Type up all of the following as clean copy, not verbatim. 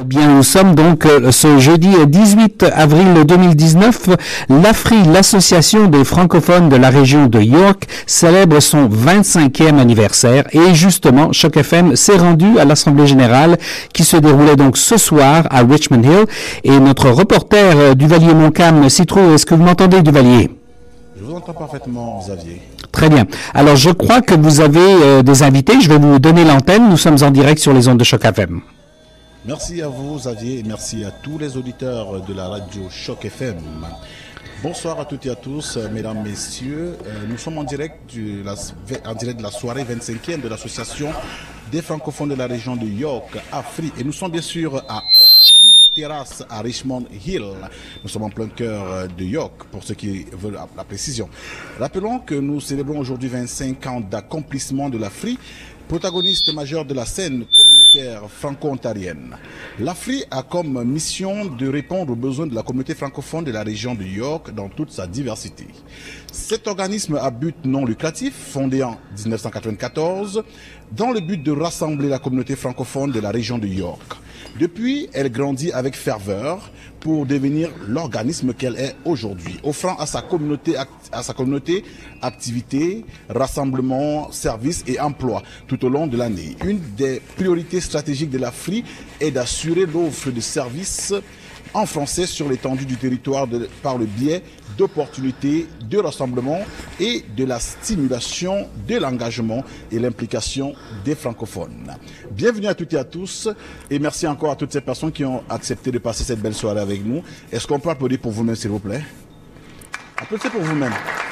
Bien, nous sommes donc ce jeudi 18 avril 2019. L'AFRI, l'association des francophones de la région de York, célèbre son 25e anniversaire et justement, Choc FM s'est rendu à l'Assemblée générale qui se déroulait donc ce soir à Richmond Hill. Et notre reporter Duvalier-Montcalm s'y trouve. Est-ce que vous m'entendez, Duvalier? Je vous entends parfaitement, Xavier. Très bien. Alors, je crois que vous avez des invités. Je vais vous donner l'antenne. Nous sommes en direct sur les ondes de Choc FM. Merci à vous, Xavier, et merci à tous les auditeurs de la radio Choc FM. Bonsoir à toutes et à tous, mesdames, messieurs. Nous sommes en direct de la soirée 25e de l'association des francophones de la région de York, AFRI. Et nous sommes bien sûr à Terrace à Richmond Hill. Nous sommes en plein cœur de York, pour ceux qui veulent la précision. Rappelons que nous célébrons aujourd'hui 25 ans d'accomplissement de l'AFRI, protagoniste majeur de la scène communautaire franco-ontarienne. L'AFRI a comme mission de répondre aux besoins de la communauté francophone de la région de York dans toute sa diversité. Cet organisme à but non lucratif, fondé en 1994, dans le but de rassembler la communauté francophone de la région de York. Depuis, elle grandit avec ferveur pour devenir l'organisme qu'elle est aujourd'hui, offrant à sa communauté activités, rassemblements, services et emplois tout au long de l'année. Une des priorités stratégiques de l'AFRI est d'assurer l'offre de services en français sur l'étendue du territoire par le biais d'opportunités de rassemblement et de la stimulation de l'engagement et l'implication des francophones. Bienvenue à toutes et à tous et merci encore à toutes ces personnes qui ont accepté de passer cette belle soirée avec nous. Est-ce qu'on peut applaudir pour vous-même, s'il vous plaît? Applaudissez pour vous-même.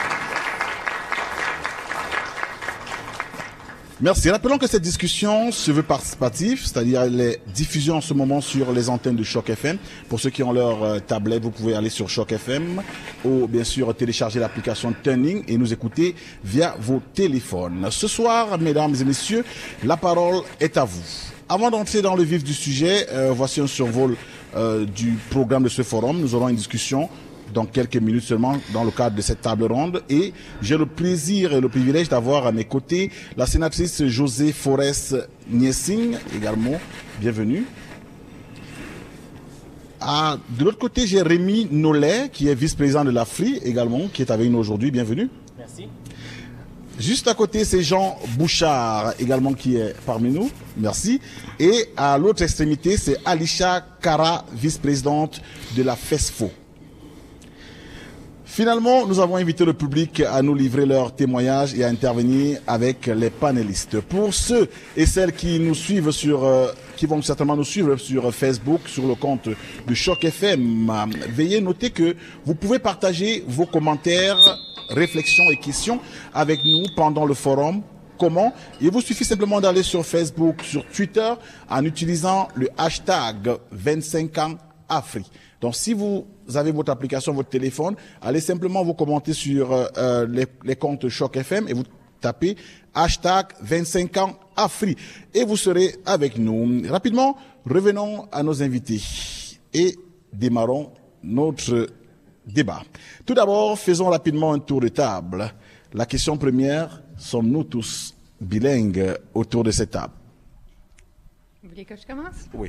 Merci. Rappelons que cette discussion se veut participative, c'est-à-dire les diffusions en ce moment sur les antennes de Choc FM. Pour ceux qui ont leur tablette, vous pouvez aller sur Choc FM ou bien sûr télécharger l'application Tuning et nous écouter via vos téléphones. Ce soir, mesdames et messieurs, la parole est à vous. Avant d'entrer dans le vif du sujet, voici un survol du programme de ce forum. Nous aurons une discussion dans quelques minutes seulement dans le cadre de cette table ronde et j'ai le plaisir et le privilège d'avoir à mes côtés la sénatrice José Forest Niessing, également bienvenue. De l'autre côté, j'ai Rémi Nollet qui est vice-président de l'AFRI également, qui est avec nous aujourd'hui, bienvenue. Merci. Juste à côté, c'est Jean Bouchard également qui est parmi nous, merci. Et à l'autre extrémité, c'est Alisha Kara, vice-présidente de la FESFO. Finalement, nous avons invité le public à nous livrer leurs témoignages et à intervenir avec les panélistes. Pour ceux et celles qui nous suivent qui vont certainement nous suivre sur Facebook, sur le compte de Choc FM, veuillez noter que vous pouvez partager vos commentaires, réflexions et questions avec nous pendant le forum. Comment? Il vous suffit simplement d'aller sur Facebook, sur Twitter, en utilisant le hashtag 25 ans AFRI. Donc, si vous avez votre application, votre téléphone, allez simplement vous commenter sur les comptes Choc FM et vous tapez hashtag 25 ans AFRI et vous serez avec nous. Rapidement, revenons à nos invités et démarrons notre débat. Tout d'abord, faisons rapidement un tour de table. La question première, sommes-nous tous bilingues autour de cette table? Vous voulez que je commence? Oui.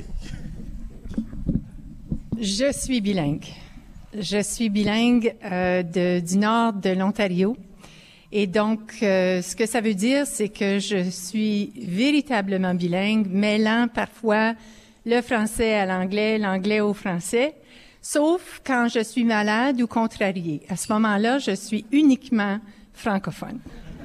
Je suis bilingue. Je suis bilingue du nord de l'Ontario. Et donc, ce que ça veut dire, c'est que je suis véritablement bilingue, mêlant parfois le français à l'anglais, l'anglais au français, sauf quand je suis malade ou contrariée. À ce moment-là, je suis uniquement francophone.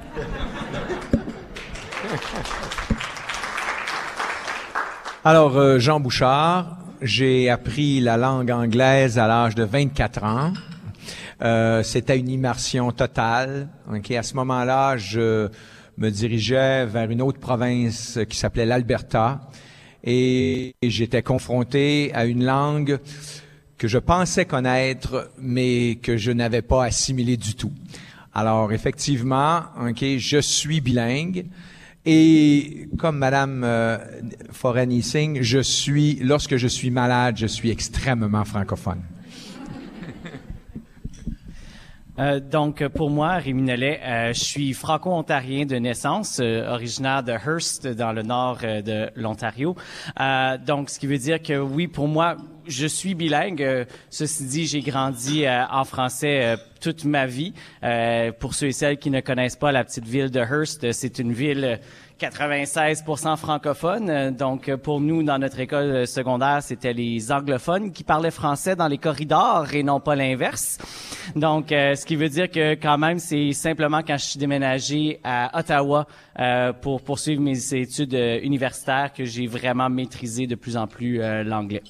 Alors, Jean Bouchard, j'ai appris la langue anglaise à l'âge de 24 ans. C'était une immersion totale. Okay? À ce moment-là, je me dirigeais vers une autre province qui s'appelait l'Alberta et j'étais confronté à une langue que je pensais connaître, mais que je n'avais pas assimilée du tout. Alors, effectivement, okay, je suis bilingue. Et comme Madame Forest-Niessing, lorsque je suis malade, je suis extrêmement francophone. Donc, pour moi, Rémi Nollet, je suis franco-ontarien de naissance, originaire de Hearst, dans le nord de l'Ontario. Donc, ce qui veut dire que oui, pour moi, je suis bilingue. Ceci dit, j'ai grandi en français toute ma vie. Pour ceux et celles qui ne connaissent pas la petite ville de Hearst, c'est une ville 96% francophone. Donc, pour nous, dans notre école secondaire, c'était les anglophones qui parlaient français dans les corridors et non pas l'inverse. Donc, ce qui veut dire que quand même, c'est simplement quand je suis déménagé à Ottawa pour poursuivre mes études universitaires que j'ai vraiment maîtrisé de plus en plus l'anglais.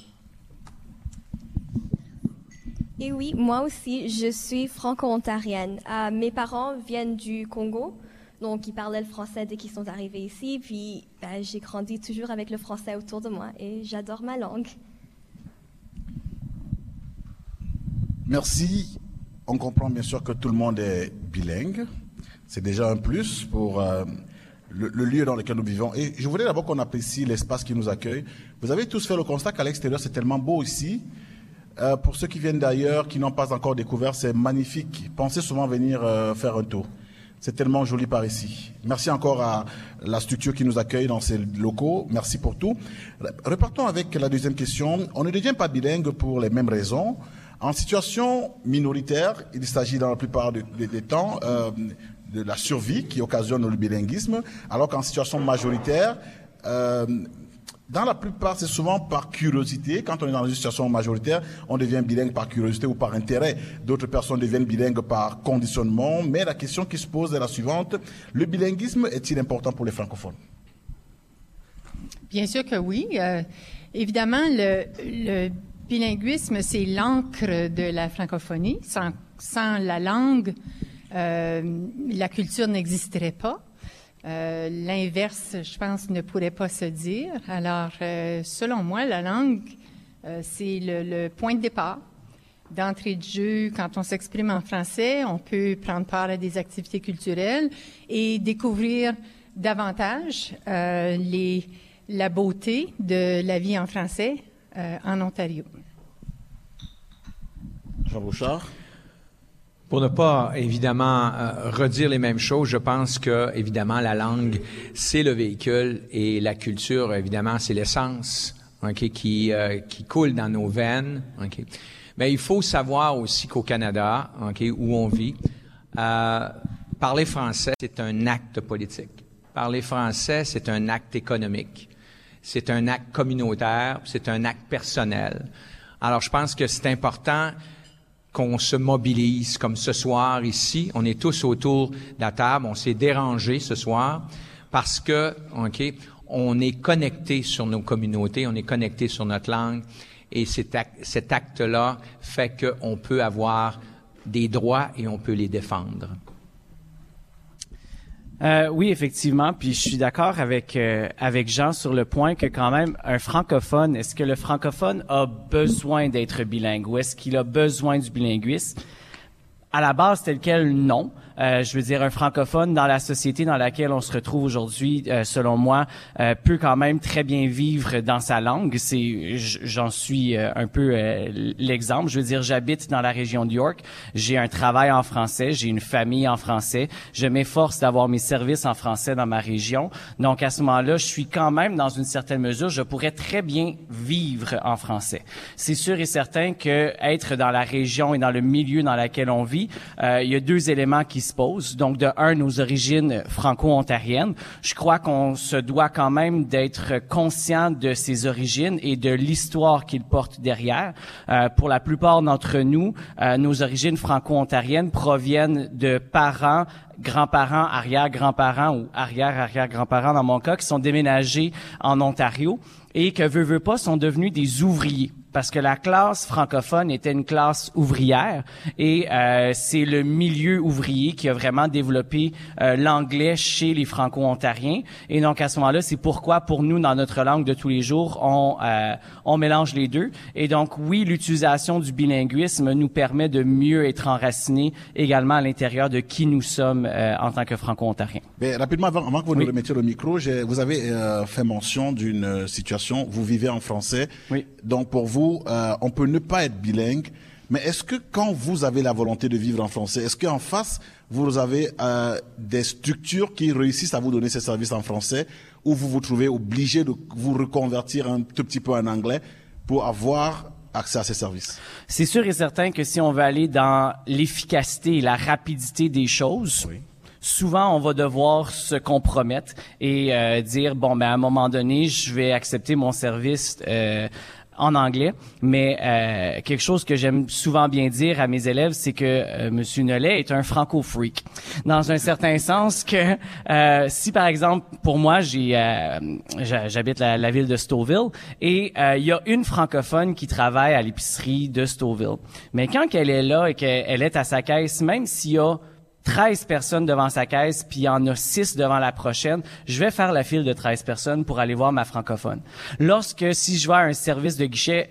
Et oui, moi aussi, je suis franco-ontarienne. Mes parents viennent du Congo. Donc, ils parlaient le français dès qu'ils sont arrivés ici. Puis, j'ai grandi toujours avec le français autour de moi et j'adore ma langue. Merci. On comprend bien sûr que tout le monde est bilingue. C'est déjà un plus pour le lieu dans lequel nous vivons. Et je voulais d'abord qu'on apprécie l'espace qui nous accueille. Vous avez tous fait le constat qu'à l'extérieur, c'est tellement beau ici. Pour ceux qui viennent d'ailleurs, qui n'ont pas encore découvert, c'est magnifique. Pensez souvent venir faire un tour. C'est tellement joli par ici. Merci encore à la structure qui nous accueille dans ces locaux. Merci pour tout. Repartons avec la deuxième question. On ne devient pas bilingue pour les mêmes raisons. En situation minoritaire, il s'agit dans la plupart des temps de la survie qui occasionne le bilinguisme, alors qu'en situation majoritaire, dans la plupart, c'est souvent par curiosité. Quand on est dans une situation majoritaire, on devient bilingue par curiosité ou par intérêt. D'autres personnes deviennent bilingues par conditionnement. Mais la question qui se pose est la suivante. Le bilinguisme est-il important pour les francophones? Bien sûr que oui. Évidemment, le bilinguisme, c'est l'encre de la francophonie. Sans la langue, la culture n'existerait pas. L'inverse, je pense, ne pourrait pas se dire. Alors, selon moi, la langue, c'est le point de départ. D'entrée de jeu, quand on s'exprime en français, on peut prendre part à des activités culturelles et découvrir davantage la beauté de la vie en français en Ontario. Jean Bouchard. Pour ne pas, évidemment, redire les mêmes choses, je pense que, évidemment, la langue, c'est le véhicule et la culture, évidemment, c'est l'essence qui coule dans nos veines. Mais il faut savoir aussi qu'au Canada, où on vit, parler français, c'est un acte politique. Parler français, c'est un acte économique. C'est un acte communautaire, c'est un acte personnel. Alors, je pense que c'est important qu'on se mobilise comme ce soir ici. On est tous autour de la table. On s'est dérangé ce soir parce que, on est connecté sur nos communautés, on est connecté sur notre langue et cet acte-là fait qu'on peut avoir des droits et on peut les défendre. Oui, effectivement. Puis je suis d'accord avec Jean sur le point que quand même un francophone, est-ce que le francophone a besoin d'être bilingue ou est-ce qu'il a besoin du bilinguisme? À la base, tel quel, non. Je veux dire, un francophone dans la société dans laquelle on se retrouve aujourd'hui, selon moi, peut quand même très bien vivre dans sa langue. J'en suis un peu l'exemple. Je veux dire, j'habite dans la région de York. J'ai un travail en français. J'ai une famille en français. Je m'efforce d'avoir mes services en français dans ma région. Donc, à ce moment-là, je suis quand même, dans une certaine mesure, je pourrais très bien vivre en français. C'est sûr et certain que être dans la région et dans le milieu dans lequel on vit, il y a deux éléments qui se posent. Donc, de un, nos origines franco-ontariennes. Je crois qu'on se doit quand même d'être conscient de ses origines et de l'histoire qu'ils portent derrière. Pour la plupart d'entre nous, nos origines franco-ontariennes proviennent de parents, grands-parents, arrière-grands-parents ou arrière-arrière-grands-parents dans mon cas, qui sont déménagés en Ontario et que, veut pas, sont devenus des ouvriers. Parce que la classe francophone était une classe ouvrière et c'est le milieu ouvrier qui a vraiment développé l'anglais chez les franco-ontariens. Et donc, à ce moment-là, c'est pourquoi, pour nous, dans notre langue de tous les jours, on mélange les deux. Et donc, oui, l'utilisation du bilinguisme nous permet de mieux être enracinés également à l'intérieur de qui nous sommes en tant que franco-ontariens. Mais rapidement, avant que vous nous remettiez le micro, vous avez fait mention d'une situation, vous vivez en français. Oui. Donc, pour vous, on peut ne pas être bilingue, Mais est-ce que quand vous avez la volonté de vivre en français, est-ce qu'en face, vous avez des structures qui réussissent à vous donner ces services en français, ou vous vous trouvez obligé de vous reconvertir un tout petit peu en anglais pour avoir accès à ces services? C'est sûr et certain que si on veut aller dans l'efficacité et la rapidité des choses, souvent on va devoir se compromettre et dire bon ben à un moment donné je vais accepter mon service en anglais, mais quelque chose que j'aime souvent bien dire à mes élèves, c'est que Monsieur Nollet est un franco-freak, dans un certain sens que si par exemple pour moi j'habite la ville de Stouffville et il y a une francophone qui travaille à l'épicerie de Stouffville, mais quand elle est là et qu'elle est à sa caisse, même s'il y a 13 personnes devant sa caisse, puis il y en a 6 devant la prochaine, je vais faire la file de 13 personnes pour aller voir ma francophone. Si je vais à un service de guichet,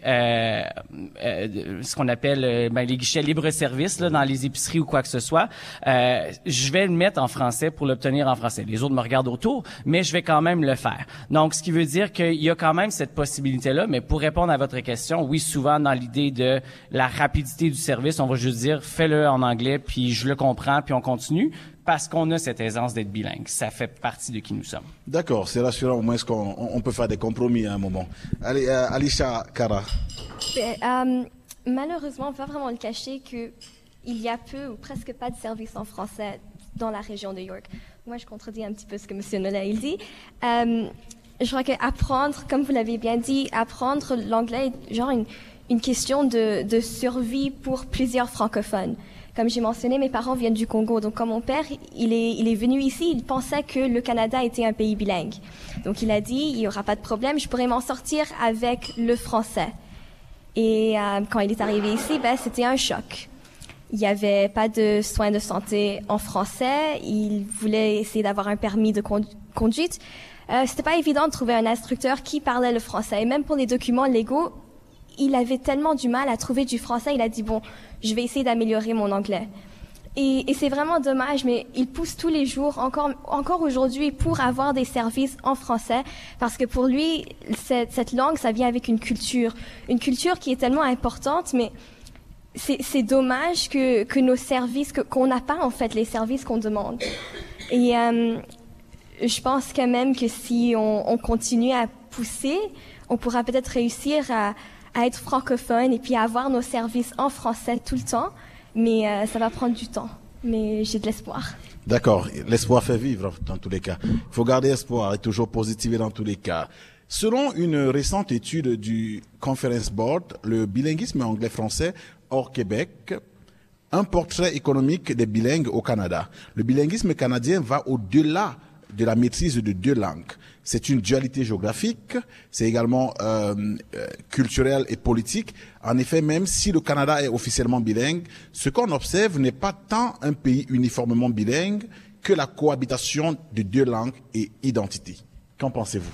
ce qu'on appelle les guichets libre-service là, dans les épiceries ou quoi que ce soit, je vais le mettre en français pour l'obtenir en français. Les autres me regardent autour, mais je vais quand même le faire. Donc, ce qui veut dire qu'il y a quand même cette possibilité-là, mais pour répondre à votre question, oui, souvent dans l'idée de la rapidité du service, on va juste dire, fais-le en anglais, puis je le comprends, puis on continue, parce qu'on a cette aisance d'être bilingue. Ça fait partie de qui nous sommes. D'accord, c'est rassurant, au moins qu'on peut faire des compromis à un moment. Allez, Alisha Kara. Malheureusement, on ne peut pas vraiment le cacher qu'il y a peu ou presque pas de services en français dans la région de York. Moi, je contredis un petit peu ce que M. Nollet dit. Je crois qu'apprendre, comme vous l'avez bien dit, apprendre l'anglais est genre une question de survie pour plusieurs francophones. Comme j'ai mentionné, mes parents viennent du Congo. Donc, quand mon père, il est venu ici, il pensait que le Canada était un pays bilingue. Donc, il a dit, il n'y aura pas de problème, je pourrais m'en sortir avec le français. Et quand il est arrivé ici, c'était un choc. Il n'y avait pas de soins de santé en français. Il voulait essayer d'avoir un permis de conduite. C'était pas évident de trouver un instructeur qui parlait le français. Et même pour les documents légaux, il avait tellement du mal à trouver du français. Il a dit, bon, je vais essayer d'améliorer mon anglais. Et c'est vraiment dommage, mais il pousse tous les jours, encore aujourd'hui, pour avoir des services en français, parce que pour lui, cette langue, ça vient avec une culture qui est tellement importante, mais c'est dommage que nos services, qu'on n'a pas en fait les services qu'on demande. Et je pense quand même que si on continue à pousser, on pourra peut-être réussir à être francophone et puis à avoir nos services en français tout le temps, mais ça va prendre du temps. Mais j'ai de l'espoir. D'accord, l'espoir fait vivre dans tous les cas. Il faut garder espoir et toujours positiver dans tous les cas. Selon une récente étude du Conference Board, le bilinguisme anglais-français hors Québec, un portrait économique des bilingues au Canada. Le bilinguisme canadien va au-delà de la maîtrise de 2 langues. C'est une dualité géographique, c'est également culturel et politique. En effet, même si le Canada est officiellement bilingue, ce qu'on observe n'est pas tant un pays uniformément bilingue que la cohabitation de 2 langues et identités. Qu'en pensez-vous?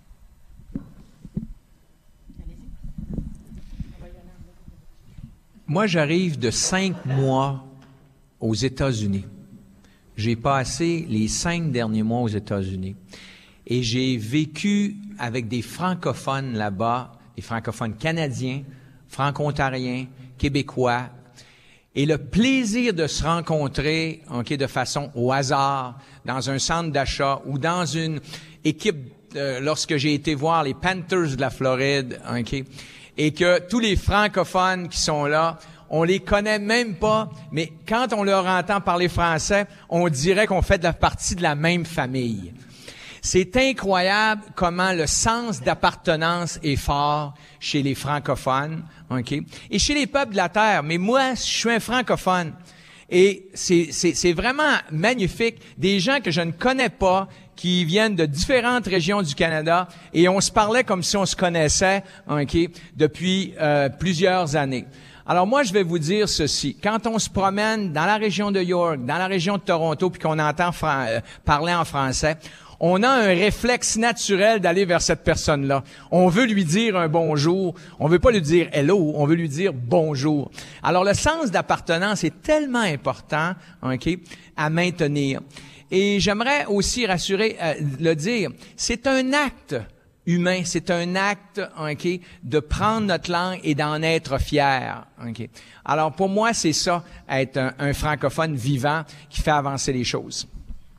Moi, j'arrive de 5 mois aux États-Unis. J'ai passé les 5 derniers mois aux États-Unis. Et j'ai vécu avec des francophones là-bas, des francophones canadiens, franco-ontariens, québécois. Et le plaisir de se rencontrer, de façon au hasard, dans un centre d'achat ou dans une équipe, lorsque j'ai été voir les Panthers de la Floride, et que tous les francophones qui sont là, on les connaît même pas, mais quand on leur entend parler français, on dirait qu'on fait partie de la même famille. C'est incroyable comment le sens d'appartenance est fort chez les francophones, et chez les peuples de la terre. Mais moi, je suis un francophone. Et c'est vraiment magnifique. Des gens que je ne connais pas, qui viennent de différentes régions du Canada, et on se parlait comme si on se connaissait, depuis plusieurs années. Alors moi, je vais vous dire ceci. Quand on se promène dans la région de York, dans la région de Toronto, puis qu'on entend parler en français, on a un réflexe naturel d'aller vers cette personne-là. On veut lui dire un bonjour. On veut pas lui dire hello, on veut lui dire bonjour. Alors le sens d'appartenance est tellement important, à maintenir. Et j'aimerais aussi le dire, c'est un acte humain. C'est un acte, ok, de prendre notre langue et d'en être fier. Ok. Alors pour moi, c'est ça, être un francophone vivant qui fait avancer les choses.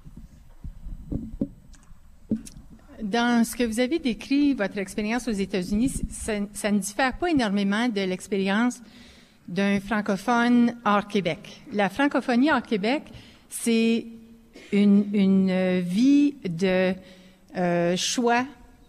Dans ce que vous avez décrit, votre expérience aux États-Unis, ça ne diffère pas énormément de l'expérience d'un francophone hors Québec. La francophonie hors Québec, c'est une vie de choix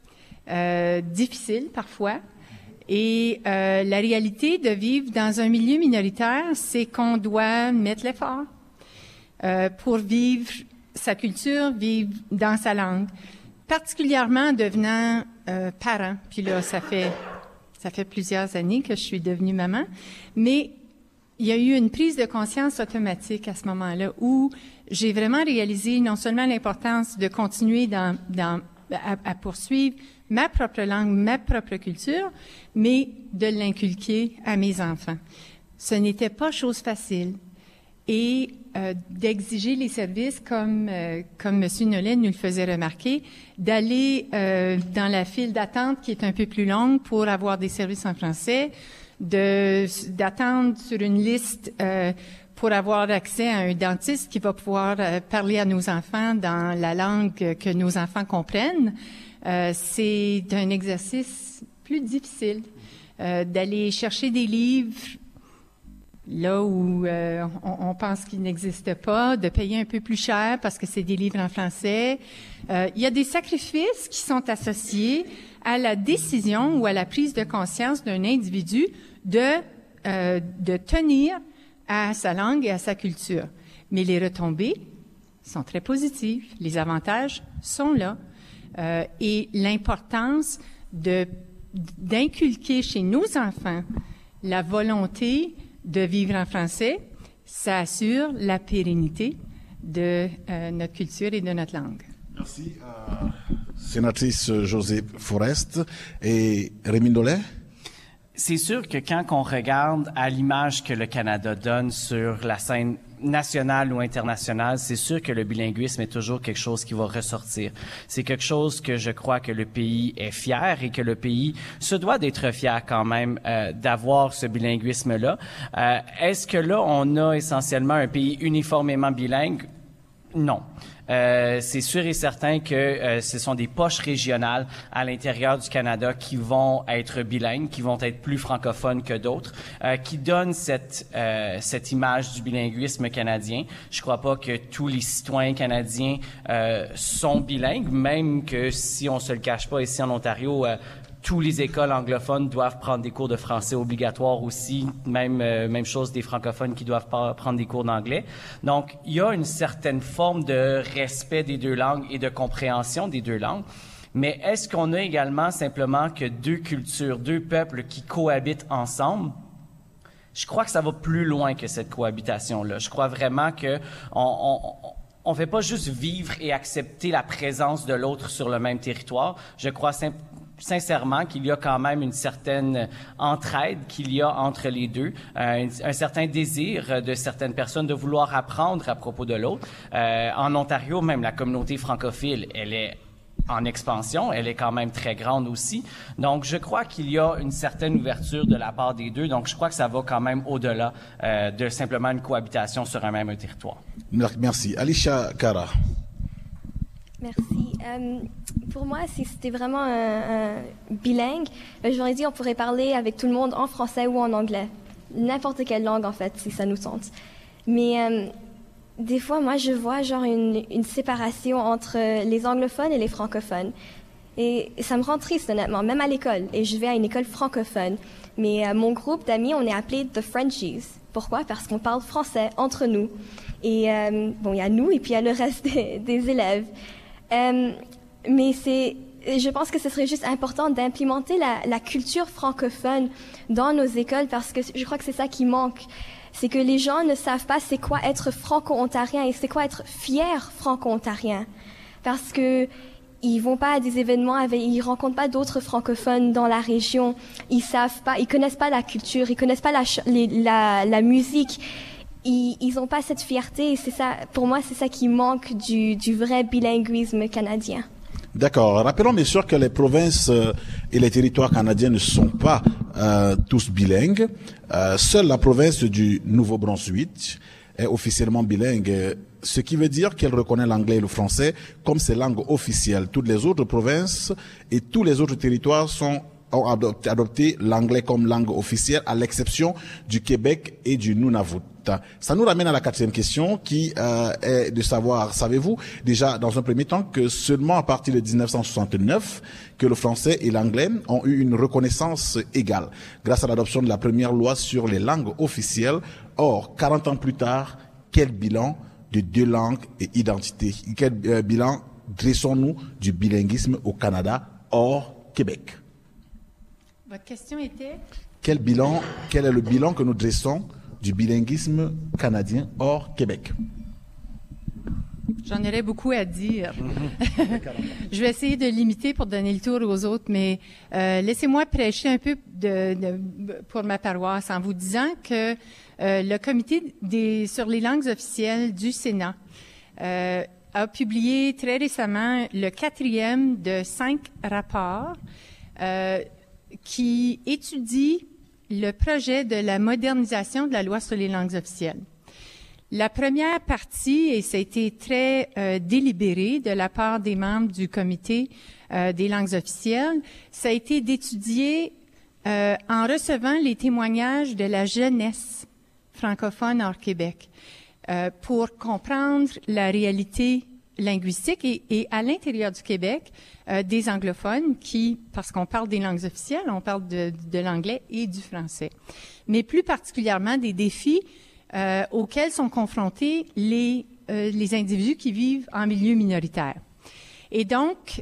difficile parfois. Et la réalité de vivre dans un milieu minoritaire, c'est qu'on doit mettre l'effort pour vivre sa culture, vivre dans sa langue. Particulièrement en devenant parent. Puis là, ça fait plusieurs années que je suis devenue maman. Mais il y a eu une prise de conscience automatique à ce moment-là où j'ai vraiment réalisé non seulement l'importance de continuer à poursuivre ma propre langue, ma propre culture, mais de l'inculquer à mes enfants. Ce n'était pas chose facile. Et d'exiger les services, comme M. Nollet nous le faisait remarquer, d'aller dans la file d'attente qui est un peu plus longue pour avoir des services en français, d'attendre sur une liste pour avoir accès à un dentiste qui va pouvoir parler à nos enfants dans la langue que nos enfants comprennent. C'est un exercice plus difficile d'aller chercher des livres là où on pense qu'il n'existe pas, de payer un peu plus cher parce que c'est des livres en français. Il y a des sacrifices qui sont associés à la décision ou à la prise de conscience d'un individu de tenir à sa langue et à sa culture. Mais les retombées sont très positives. Les avantages sont là. Et l'importance d'inculquer chez nos enfants la volonté de vivre en français, ça assure la pérennité de notre culture et de notre langue. Merci, sénatrice Josée Forest. Et Rémi Nollet? C'est sûr que quand on regarde à l'image que le Canada donne sur la scène nationale ou internationale, c'est sûr que le bilinguisme est toujours quelque chose qui va ressortir. C'est quelque chose que je crois que le pays est fier et que le pays se doit d'être fier quand même d'avoir ce bilinguisme-là. Est-ce que là, on a essentiellement un pays uniformément bilingue? Non. C'est sûr et certain que ce sont des poches régionales à l'intérieur du Canada qui vont être bilingues, qui vont être plus francophones que d'autres, qui donnent cette image du bilinguisme canadien. Je crois pas que tous les citoyens canadiens sont bilingues, même que si on se le cache pas ici en Ontario, tous les écoles anglophones doivent prendre des cours de français obligatoires aussi, même chose des francophones qui doivent prendre des cours d'anglais. Donc, il y a une certaine forme de respect des deux langues et de compréhension des deux langues. Mais est-ce qu'on a également simplement que deux cultures, deux peuples qui cohabitent ensemble? Je crois que ça va plus loin que cette cohabitation-là. Je crois vraiment que on fait pas juste vivre et accepter la présence de l'autre sur le même territoire. Je crois sincèrement qu'il y a quand même une certaine entraide qu'il y a entre les deux, un certain désir de certaines personnes de vouloir apprendre à propos de l'autre. En Ontario, même la communauté francophile, elle est en expansion, elle est quand même très grande aussi. Donc, je crois qu'il y a une certaine ouverture de la part des deux. Donc, je crois que ça va quand même au-delà de simplement une cohabitation sur un même territoire. Merci. Alicia Cara. Merci. Pour moi, si c'était vraiment un bilingue, j'aurais dit on pourrait parler avec tout le monde en français ou en anglais. N'importe quelle langue, en fait, si ça nous tente. Mais des fois, moi, je vois genre une séparation entre les anglophones et les francophones. Et ça me rend triste, honnêtement, même à l'école. Et je vais à une école francophone. Mais mon groupe d'amis, on est appelé The Frenchies. Pourquoi? Parce qu'on parle français entre nous. Et bon, il y a nous et puis il y a le reste des élèves. Mais je pense que ce serait juste important d'implémenter la culture francophone dans nos écoles parce que je crois que c'est ça qui manque. C'est que les gens ne savent pas c'est quoi être franco-ontarien et c'est quoi être fier franco-ontarien. Parce que ils vont pas à des événements ils rencontrent pas d'autres francophones dans la région. Ils connaissent pas la culture, ils connaissent pas la musique. Ils ont pas cette fierté et c'est ça, pour moi, c'est ça qui manque du vrai bilinguisme canadien. D'accord. Rappelons bien sûr que les provinces et les territoires canadiens ne sont pas tous bilingues. Seule la province du Nouveau-Brunswick est officiellement bilingue, ce qui veut dire qu'elle reconnaît l'anglais et le français comme ses langues officielles. Toutes les autres provinces et tous les autres territoires ont adopté l'anglais comme langue officielle, à l'exception du Québec et du Nunavut. Ça nous ramène à la quatrième question qui est de savoir, savez-vous déjà dans un premier temps que seulement à partir de 1969 que le français et l'anglais ont eu une reconnaissance égale grâce à l'adoption de la première loi sur les langues officielles. Or, 40 ans plus tard, quel bilan de deux langues et identité? Quel bilan dressons-nous du bilinguisme au Canada hors Québec? Votre question était? Quel est le bilan que nous dressons du bilinguisme canadien hors Québec? J'en aurais beaucoup à dire. Je vais essayer de limiter pour donner le tour aux autres, mais laissez-moi prêcher un peu pour ma paroisse en vous disant que le comité sur les langues officielles du Sénat a publié très récemment le 4e de 5 rapports qui étudie le projet de la modernisation de la loi sur les langues officielles. La première partie, et ça a été très délibéré de la part des membres du comité des langues officielles, ça a été d'étudier en recevant les témoignages de la jeunesse francophone hors Québec pour comprendre la réalité linguistique et à l'intérieur du Québec, des anglophones qui, parce qu'on parle des langues officielles, on parle de l'anglais et du français, mais plus particulièrement des défis auxquels sont confrontés les individus qui vivent en milieu minoritaire. Et donc,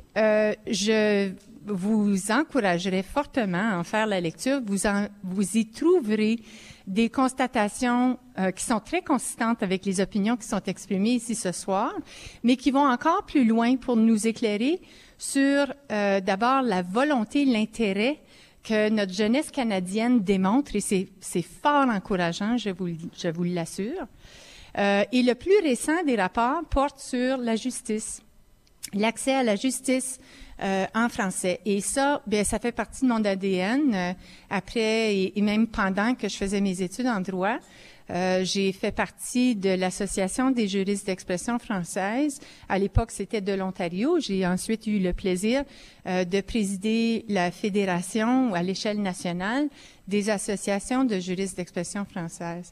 je vous encouragerais fortement à en faire la lecture. Vous y trouverez des constatations qui sont très consistantes avec les opinions qui sont exprimées ici ce soir, mais qui vont encore plus loin pour nous éclairer sur d'abord la volonté, l'intérêt que notre jeunesse canadienne démontre, et c'est fort encourageant, je vous l'assure. Et le plus récent des rapports porte sur la justice, l'accès à la justice en français. Et ça, bien, ça fait partie de mon ADN. Après et même pendant que je faisais mes études en droit, j'ai fait partie de l'Association des juristes d'expression française. À l'époque, c'était de l'Ontario. J'ai ensuite eu le plaisir de présider la fédération à l'échelle nationale des associations de juristes d'expression française.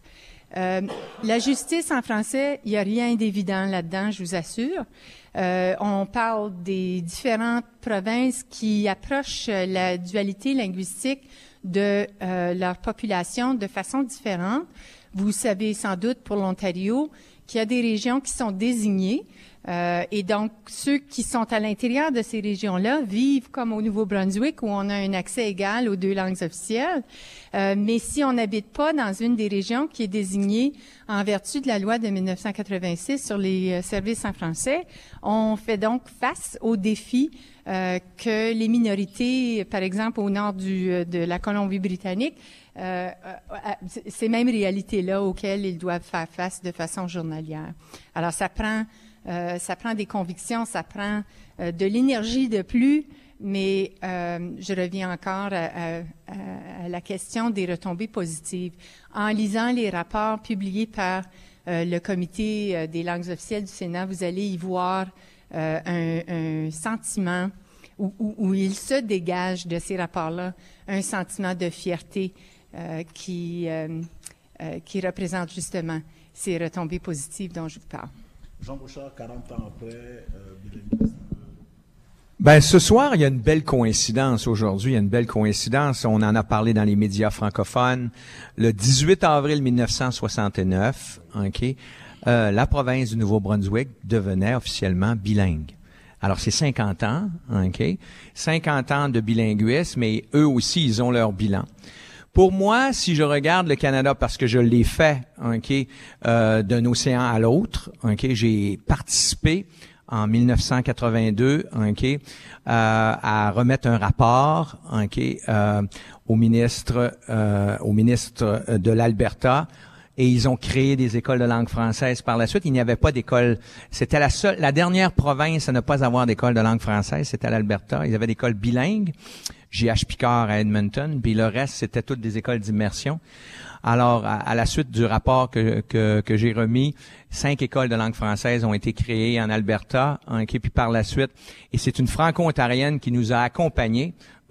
La justice en français, il n'y a rien d'évident là-dedans, je vous assure. On parle des différentes provinces qui approchent la dualité linguistique de leur population de façon différente. Vous savez sans doute pour l'Ontario qu'il y a des régions qui sont désignées et donc ceux qui sont à l'intérieur de ces régions-là vivent comme au Nouveau-Brunswick où on a un accès égal aux deux langues officielles. Mais si on n'habite pas dans une des régions qui est désignée en vertu de la loi de 1986 sur les services en français, on fait donc face aux défis que les minorités, par exemple au nord de la Colombie-Britannique, ces mêmes réalités-là auxquelles ils doivent faire face de façon journalière. Alors, ça prend des convictions, ça prend de l'énergie de plus, mais je reviens encore à la question des retombées positives. En lisant les rapports publiés par le Comité des langues officielles du Sénat, vous allez y voir un sentiment où il se dégage de ces rapports-là un sentiment de fierté qui représente justement ces retombées positives dont je vous parle. Jean Bouchard, 40 ans après, bilinguisme. Ben, ce soir, il y a une belle coïncidence aujourd'hui. Il y a une belle coïncidence. On en a parlé dans les médias francophones. Le 18 avril 1969, la province du Nouveau-Brunswick devenait officiellement bilingue. Alors, c'est 50 ans, 50 ans de bilinguisme, mais eux aussi, ils ont leur bilan. Pour moi, si je regarde le Canada, parce que je l'ai fait, d'un océan à l'autre, j'ai participé en 1982, à remettre un rapport, au ministre de l'Alberta, et ils ont créé des écoles de langue française par la suite. Il n'y avait pas d'école. C'était la dernière province à ne pas avoir d'école de langue française, c'était l'Alberta. Ils avaient des écoles bilingues, J.H. Picard à Edmonton, puis le reste, c'était toutes des écoles d'immersion. Alors, à la suite du rapport que j'ai remis, 5 écoles de langue française ont été créées en Alberta, puis par la suite, et c'est une franco-ontarienne qui nous a accompagnés,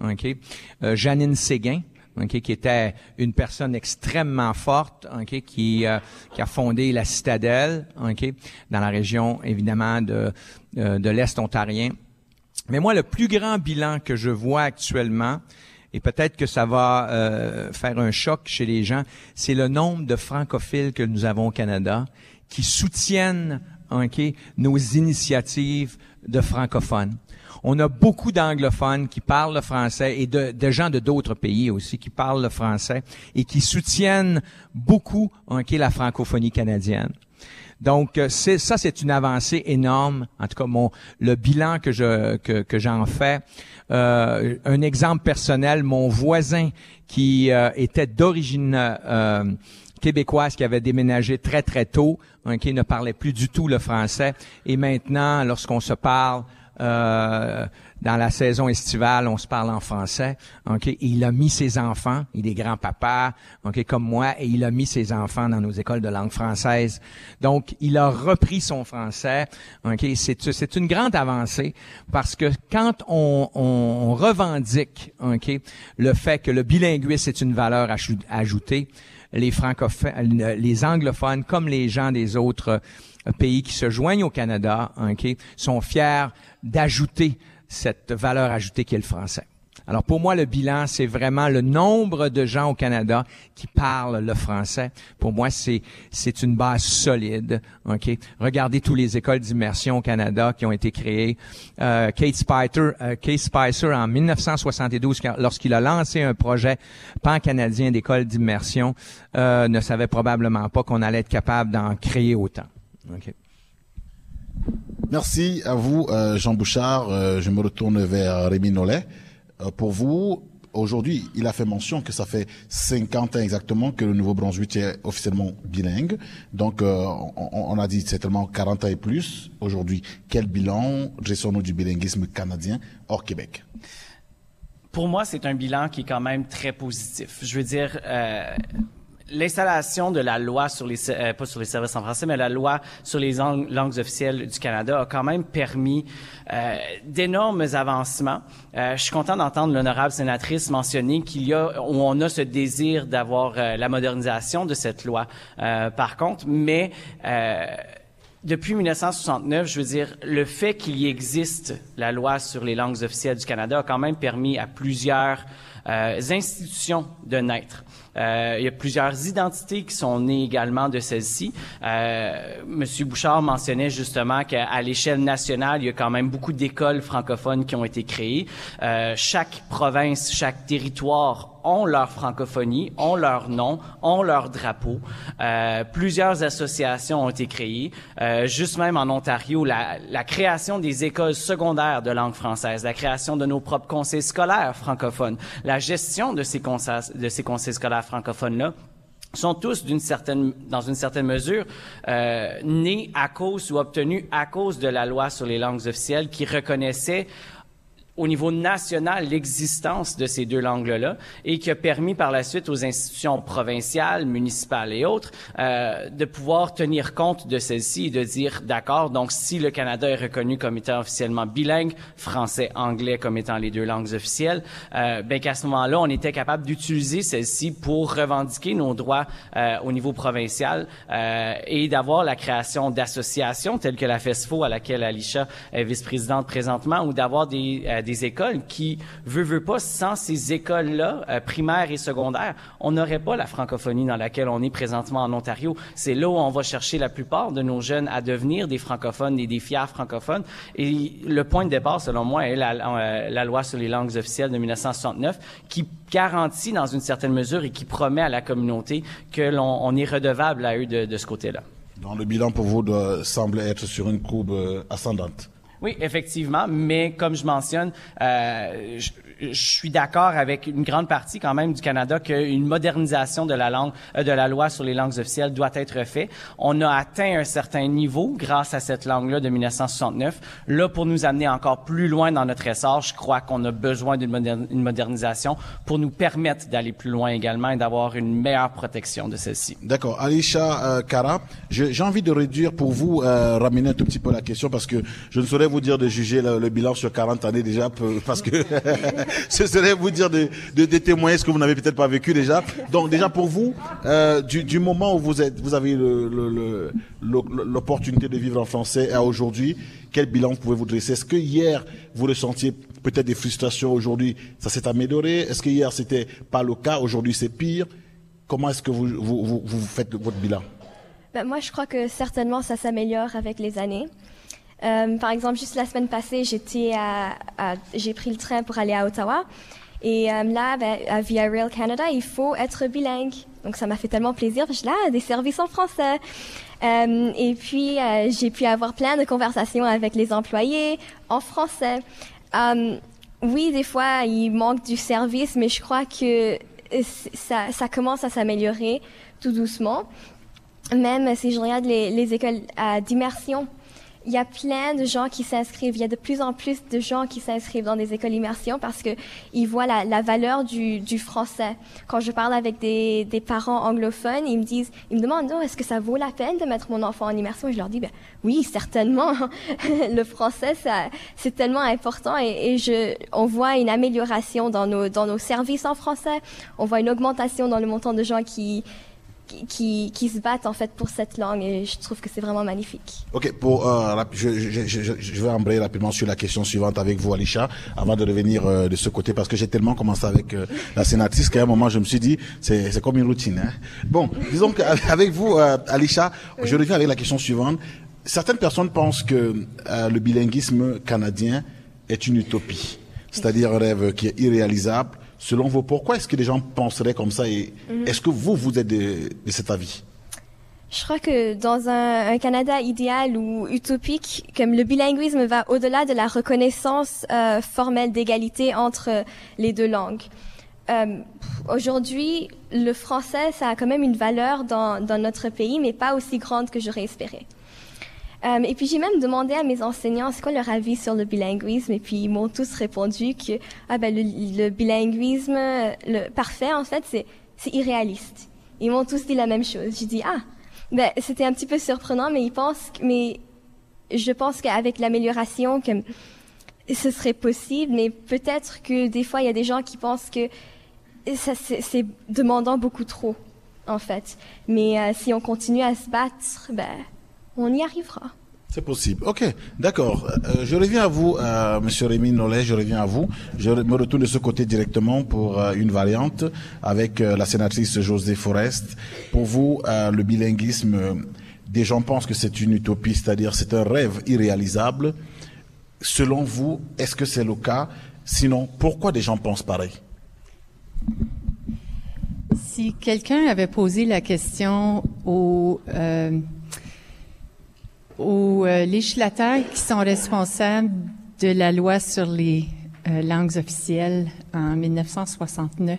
Janine Séguin, qui était une personne extrêmement forte, qui a fondé la Citadelle, dans la région, évidemment, de l'Est ontarien. Mais moi, le plus grand bilan que je vois actuellement, et peut-être que ça va faire un choc chez les gens, c'est le nombre de francophiles que nous avons au Canada qui soutiennent nos initiatives de francophones. On a beaucoup d'anglophones qui parlent le français et de gens de d'autres pays aussi qui parlent le français et qui soutiennent beaucoup la francophonie canadienne. Donc c'est une avancée énorme. En tout cas, le bilan que j'en fais. Un exemple personnel, mon voisin qui était d'origine québécoise, qui avait déménagé très très tôt, ne parlait plus du tout le français, et maintenant, lorsqu'on se parle dans la saison estivale, on se parle en français, et il a mis ses enfants, il est grand-papa, comme moi, et il a mis ses enfants dans nos écoles de langue française. Donc, il a repris son français, c'est une grande avancée, parce que quand on revendique, le fait que le bilinguisme est une valeur ajoutée, les francophones, les anglophones, comme les gens des autres pays qui se joignent au Canada, sont fiers d'ajouter cette valeur ajoutée qui est le français. Alors pour moi, le bilan, c'est vraiment le nombre de gens au Canada qui parlent le français. Pour moi, c'est une base solide. Regardez toutes les écoles d'immersion au Canada qui ont été créées. Kate Spicer, en 1972, lorsqu'il a lancé un projet pan-canadien d'école d'immersion, ne savait probablement pas qu'on allait être capable d'en créer autant. Merci à vous, Jean Bouchard. Je me retourne vers Rémi Nollet. Pour vous, aujourd'hui, il a fait mention que ça fait 50 ans exactement que le Nouveau-Brunswick est officiellement bilingue. Donc, on a dit certainement 40 ans et plus. Aujourd'hui, quel bilan dressons-nous du bilinguisme canadien hors Québec? Pour moi, c'est un bilan qui est quand même très positif. Je veux dire, l'installation de la loi sur les pas sur les services en français, mais la loi sur les langues officielles du Canada a quand même permis d'énormes avancements. Je suis content d'entendre l'honorable sénatrice mentionner où on a ce désir d'avoir la modernisation de cette loi. Par contre, mais depuis 1969, je veux dire, le fait qu'il y existe la loi sur les langues officielles du Canada a quand même permis à plusieurs institutions de naître. Il y a plusieurs identités qui sont nées également de celles-ci. Monsieur Bouchard mentionnait justement qu'à l'échelle nationale, il y a quand même beaucoup d'écoles francophones qui ont été créées. Chaque province, chaque territoire ont leur francophonie, ont leur nom, ont leur drapeau. Plusieurs associations ont été créées. Juste même en Ontario, la création des écoles secondaires de langue française, la création de nos propres conseils scolaires francophones, la gestion de ces conseils scolaires francophones-là, sont tous dans une certaine mesure nés à cause ou obtenus à cause de la loi sur les langues officielles qui reconnaissait au niveau national l'existence de ces deux langues-là et qui a permis par la suite aux institutions provinciales, municipales et autres de pouvoir tenir compte de celles-ci et de dire d'accord, donc si le Canada est reconnu comme étant officiellement bilingue, français-anglais comme étant les deux langues officielles, ben qu'à ce moment-là, on était capable d'utiliser celles-ci pour revendiquer nos droits au niveau provincial et d'avoir la création d'associations telles que la FESFO à laquelle Alisha est vice-présidente présentement ou d'avoir des écoles qui, veut pas, sans ces écoles-là, primaires et secondaires, on n'aurait pas la francophonie dans laquelle on est présentement en Ontario. C'est là où on va chercher la plupart de nos jeunes à devenir des francophones et des fiers francophones. Et le point de départ, selon moi, est la loi sur les langues officielles de 1969 qui garantit dans une certaine mesure et qui promet à la communauté que l'on est redevable à eux de ce côté-là. Donc le bilan pour vous semble être sur une courbe ascendante. Oui, effectivement, mais comme je mentionne, je suis d'accord avec une grande partie quand même du Canada qu'une modernisation de la langue, de la loi sur les langues officielles doit être faite. On a atteint un certain niveau grâce à cette langue-là de 1969. Là, pour nous amener encore plus loin dans notre essor, je crois qu'on a besoin d'une modernisation pour nous permettre d'aller plus loin également et d'avoir une meilleure protection de celle-ci. D'accord. Alisha Kara, j'ai envie de réduire pour vous, ramener un tout petit peu la question parce que je ne saurais vous dire de juger le bilan sur 40 années déjà parce que ce serait vous dire de témoigner ce que vous n'avez peut-être pas vécu déjà. Donc déjà pour vous, du moment où vous avez l'opportunité de vivre en français à aujourd'hui, quel bilan pouvez-vous dresser? Est-ce que hier vous ressentiez peut-être des frustrations, aujourd'hui ça s'est amélioré? Est-ce que hier c'était pas le cas, aujourd'hui c'est pire? Comment est-ce que vous faites votre bilan? Moi je crois que certainement ça s'améliore avec les années. Par exemple, juste la semaine passée, j'ai pris le train pour aller à Ottawa. Et là, à Via Rail Canada, il faut être bilingue. Donc ça m'a fait tellement plaisir. Parce que là, des services en français. Et puis, j'ai pu avoir plein de conversations avec les employés en français. Oui, des fois, il manque du service, mais je crois que ça commence à s'améliorer tout doucement. Même si je regarde les écoles d'immersion, il y a plein de gens qui s'inscrivent. Il y a de plus en plus de gens qui s'inscrivent dans des écoles d'immersion parce que ils voient la valeur du français. Quand je parle avec des parents anglophones, ils me demandent, oh, est-ce que ça vaut la peine de mettre mon enfant en immersion? Et je leur dis, oui, certainement. Le français, c'est tellement important et on voit une amélioration dans nos services en français. On voit une augmentation dans le montant de gens qui se battent en fait pour cette langue et je trouve que c'est vraiment magnifique. Ok, je vais embrayer rapidement sur la question suivante avec vous, Alisha, avant de revenir de ce côté parce que j'ai tellement commencé avec la sénatrice qu'à un moment je me suis dit c'est comme une routine. Hein. Bon, disons qu'avec vous, Alisha, je reviens avec la question suivante. Certaines personnes pensent que le bilinguisme canadien est une utopie, c'est-à-dire un rêve qui est irréalisable. Selon vous, pourquoi est-ce que les gens penseraient comme ça et est-ce que vous êtes de cet avis? Je crois que dans un Canada idéal ou utopique, comme le bilinguisme va au-delà de la reconnaissance formelle d'égalité entre les deux langues. Aujourd'hui, le français, ça a quand même une valeur dans notre pays, mais pas aussi grande que j'aurais espéré. Et puis j'ai même demandé à mes enseignants c'est quoi leur avis sur le bilinguisme et puis ils m'ont tous répondu que le bilinguisme parfait en fait c'est irréaliste. Ils m'ont tous dit la même chose. J'ai dit c'était un petit peu surprenant mais je pense qu'avec l'amélioration que ce serait possible mais peut-être que des fois il y a des gens qui pensent que c'est demandant beaucoup trop en fait. Mais si on continue à se battre on y arrivera. C'est possible. Ok, d'accord. Je reviens à vous, Monsieur Rémi Nollet, je reviens à vous. Je me retourne de ce côté directement pour une variante avec la sénatrice Josée Forest. Pour vous, le bilinguisme, des gens pensent que c'est une utopie, c'est-à-dire c'est un rêve irréalisable. Selon vous, est-ce que c'est le cas? Sinon, pourquoi des gens pensent pareil? Si quelqu'un avait posé la question aux législateurs qui sont responsables de la loi sur les langues officielles en 1969,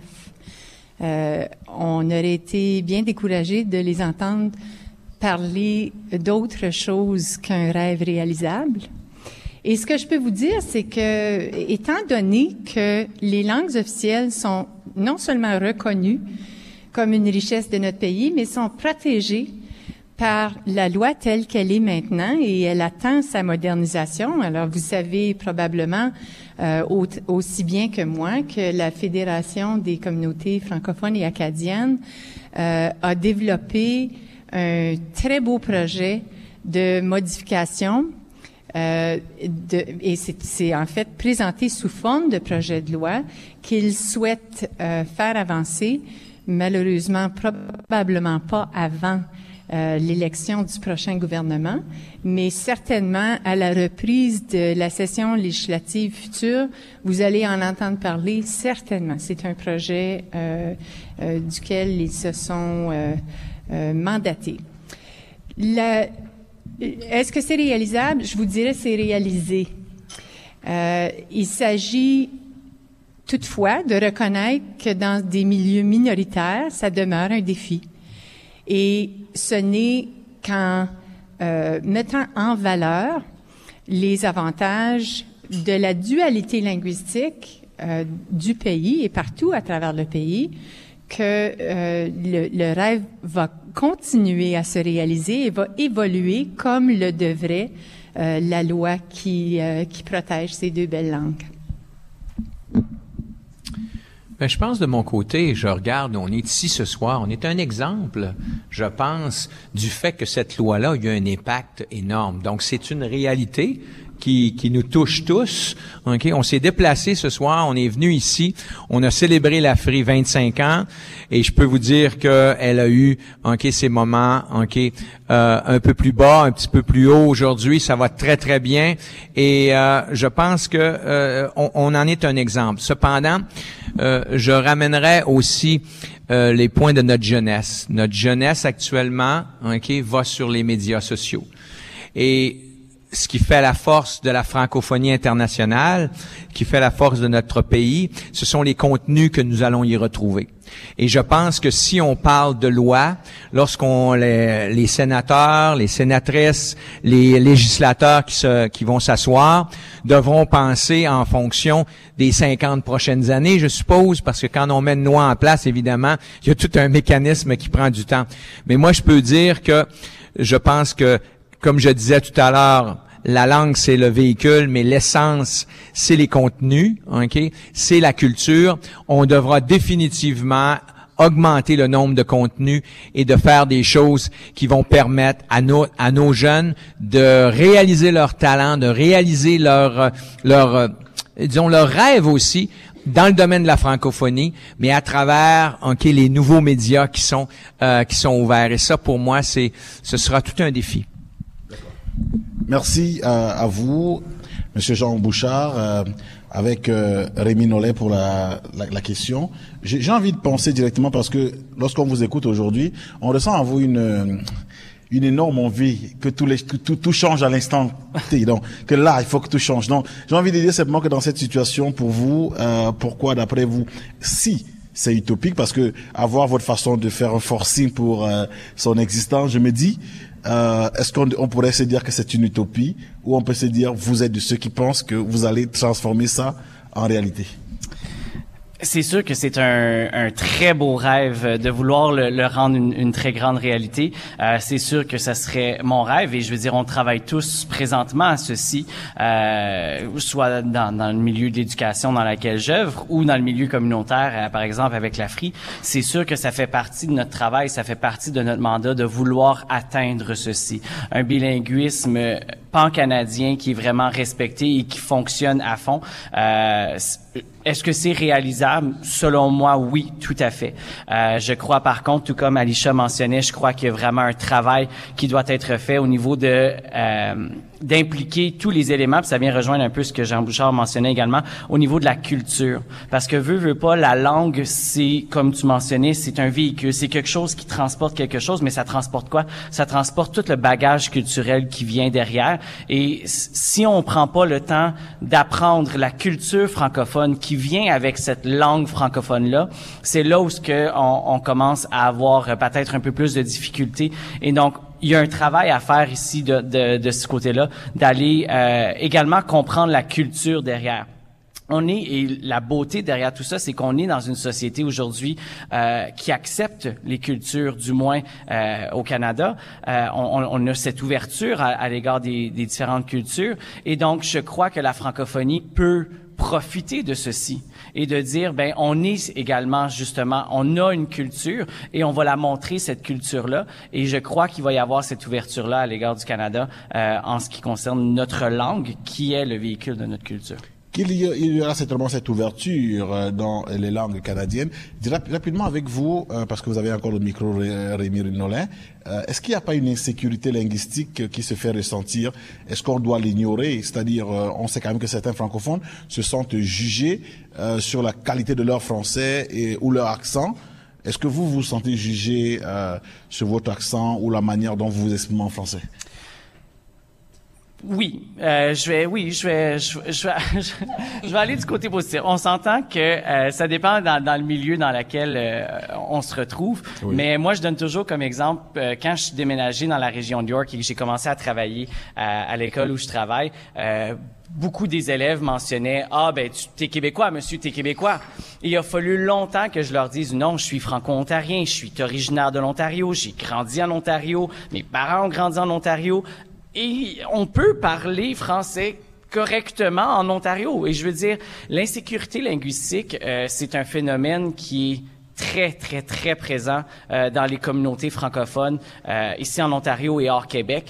on aurait été bien découragés de les entendre parler d'autre chose qu'un rêve réalisable. Et ce que je peux vous dire, c'est que, étant donné que les langues officielles sont non seulement reconnues comme une richesse de notre pays, mais sont protégées par la loi telle qu'elle est maintenant et elle attend sa modernisation. Alors, vous savez probablement aussi bien que moi que la Fédération des communautés francophones et acadiennes a développé un très beau projet de modification et c'est en fait présenté sous forme de projet de loi qu'ils souhaitent faire avancer, malheureusement probablement pas avant l'élection du prochain gouvernement, mais certainement à la reprise de la session législative future, vous allez en entendre parler certainement. C'est un projet duquel ils se sont mandatés. Est-ce que c'est réalisable? Je vous dirais c'est réalisé. Il s'agit toutefois de reconnaître que dans des milieux minoritaires, ça demeure un défi. Et ce n'est qu'en mettant en valeur les avantages de la dualité linguistique du pays et partout à travers le pays que le rêve va continuer à se réaliser et va évoluer comme le devrait la loi qui protège ces deux belles langues. Ben, je pense de mon côté, je regarde, on est ici ce soir, on est un exemple, je pense, du fait que cette loi-là a eu un impact énorme. Donc, c'est une réalité qui nous touche tous. Okay? On s'est déplacé ce soir, on est venu ici, on a célébré l'AFRI 25 ans, et je peux vous dire que elle a eu ces moments un peu plus bas, un petit peu plus haut. Aujourd'hui, ça va très très bien, et je pense que on en est un exemple. Cependant, je ramènerai aussi les points de notre jeunesse. Notre jeunesse actuellement, va sur les médias sociaux. Et ce qui fait la force de la francophonie internationale, qui fait la force de notre pays, ce sont les contenus que nous allons y retrouver. Et je pense que si on parle de loi, lorsqu'on les sénateurs, les sénatrices, les législateurs qui vont s'asseoir, devront penser en fonction des 50 prochaines années, je suppose, parce que quand on met une loi en place, évidemment, il y a tout un mécanisme qui prend du temps. Mais moi, je peux dire que je pense que, comme je disais tout à l'heure, la langue, c'est le véhicule, mais l'essence, c'est les contenus, c'est la culture. On devra définitivement augmenter le nombre de contenus et de faire des choses qui vont permettre à nos jeunes de réaliser leur talent, de réaliser leur rêve aussi dans le domaine de la francophonie, mais à travers les nouveaux médias qui sont ouverts. Et ça, pour moi, ce sera tout un défi. Merci à vous, Monsieur Jean Bouchard, avec Rémi Nollet pour la question. J'ai envie de penser directement parce que lorsqu'on vous écoute aujourd'hui, on ressent en vous une énorme envie que tout change à l'instant T. Donc, que là, il faut que tout change. Donc, j'ai envie de dire simplement que dans cette situation, pour vous, pourquoi, d'après vous, si c'est utopique, parce que avoir votre façon de faire un forcing pour son existence, je me dis, est-ce qu'on pourrait se dire que c'est une utopie, ou on peut se dire vous êtes de ceux qui pensent que vous allez transformer ça en réalité? C'est sûr que c'est un très beau rêve de vouloir le rendre une très grande réalité. C'est sûr que ça serait mon rêve, et je veux dire, on travaille tous présentement à ceci, soit dans le milieu de l'éducation dans laquelle j'œuvre, ou dans le milieu communautaire, par exemple avec l'AFRI. C'est sûr que ça fait partie de notre travail, ça fait partie de notre mandat de vouloir atteindre ceci. Un bilinguisme pan-canadien qui est vraiment respecté et qui fonctionne à fond. Est-ce que c'est réalisable? Selon moi, oui, tout à fait. Je crois par contre, tout comme Alisha mentionnait, je crois qu'il y a vraiment un travail qui doit être fait au niveau d'impliquer tous les éléments, puis ça vient rejoindre un peu ce que Jean Bouchard mentionnait également, au niveau de la culture. Parce que veut pas, la langue, c'est, comme tu mentionnais, c'est un véhicule, c'est quelque chose qui transporte quelque chose, mais ça transporte quoi? Ça transporte tout le bagage culturel qui vient derrière. Et si on prend pas le temps d'apprendre la culture francophone qui vient avec cette langue francophone-là, c'est là où on commence à avoir peut-être un peu plus de difficultés. Et donc, il y a un travail à faire ici de ce côté-là, d'aller également comprendre la culture derrière. Et la beauté derrière tout ça, c'est qu'on est dans une société aujourd'hui qui accepte les cultures, du moins au Canada. On a cette ouverture à l'égard des différentes cultures, et donc je crois que la francophonie peut profiter de ceci et de dire, on est également, justement, on a une culture et on va la montrer, cette culture-là, et je crois qu'il va y avoir cette ouverture-là à l'égard du Canada en ce qui concerne notre langue, qui est le véhicule de notre culture. Il y aura certainement cette ouverture dans les langues canadiennes. Je dirais rapidement avec vous, parce que vous avez encore le micro, Rémi Nollet, est-ce qu'il n'y a pas une insécurité linguistique qui se fait ressentir? Est-ce qu'on doit l'ignorer? C'est-à-dire, on sait quand même que certains francophones se sentent jugés sur la qualité de leur français ou leur accent. Est-ce que vous vous sentez jugé sur votre accent ou la manière dont vous vous exprimez en français? Oui, je vais aller du côté positif. On s'entend que ça dépend dans le milieu dans lequel on se retrouve. Oui. Mais moi, je donne toujours comme exemple quand je suis déménagé dans la région de York et que j'ai commencé à travailler à l'école où je travaille. Beaucoup des élèves mentionnaient « Ah, ben, t'es Québécois, monsieur, t'es Québécois. » Et il a fallu longtemps que je leur dise « Non, je suis franco-ontarien, je suis originaire de l'Ontario, j'ai grandi en Ontario, mes parents ont grandi en Ontario. » Et on peut parler français correctement en Ontario. Et je veux dire, l'insécurité linguistique, c'est un phénomène qui est très, très, très présent dans les communautés francophones ici en Ontario et hors Québec.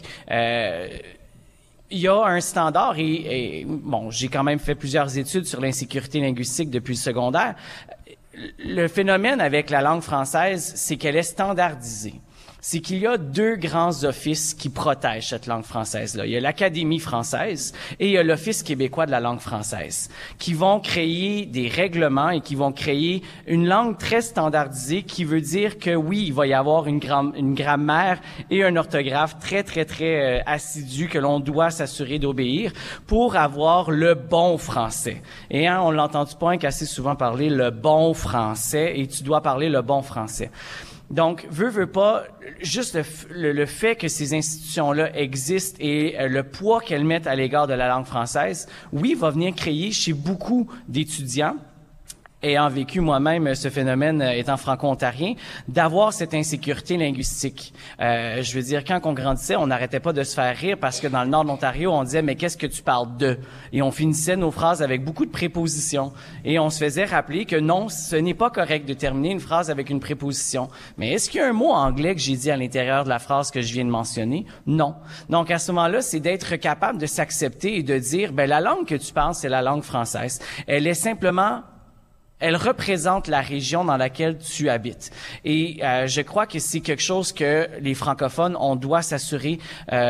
Il y a un standard et bon, j'ai quand même fait plusieurs études sur l'insécurité linguistique depuis le secondaire. Le phénomène avec la langue française, c'est qu'elle est standardisée. C'est qu'il y a deux grands offices qui protègent cette langue française-là. Il y a l'Académie française et il y a l'Office québécois de la langue française, qui vont créer des règlements et qui vont créer une langue très standardisée, qui veut dire que oui, il va y avoir une grammaire et un orthographe très, très, très assidus que l'on doit s'assurer d'obéir pour avoir le bon français. Et on l'a entendu pas assez souvent parler le bon français et tu dois parler le bon français. Donc, veut pas, juste le fait que ces institutions-là existent et le poids qu'elles mettent à l'égard de la langue française, oui, va venir créer chez beaucoup d'étudiants, ayant vécu moi-même ce phénomène étant franco-ontarien, d'avoir cette insécurité linguistique. Je veux dire, quand on grandissait, on n'arrêtait pas de se faire rire parce que dans le nord de l'Ontario, on disait « Mais qu'est-ce que tu parles de? » Et on finissait nos phrases avec beaucoup de prépositions. Et on se faisait rappeler que non, ce n'est pas correct de terminer une phrase avec une préposition. Mais est-ce qu'il y a un mot anglais que j'ai dit à l'intérieur de la phrase que je viens de mentionner? Non. Donc, à ce moment-là, c'est d'être capable de s'accepter et de dire « Ben, la langue que tu parles, c'est la langue française. Elle est simplement... » Elle représente la région dans laquelle tu habites. Et je crois que c'est quelque chose que les francophones, on doit s'assurer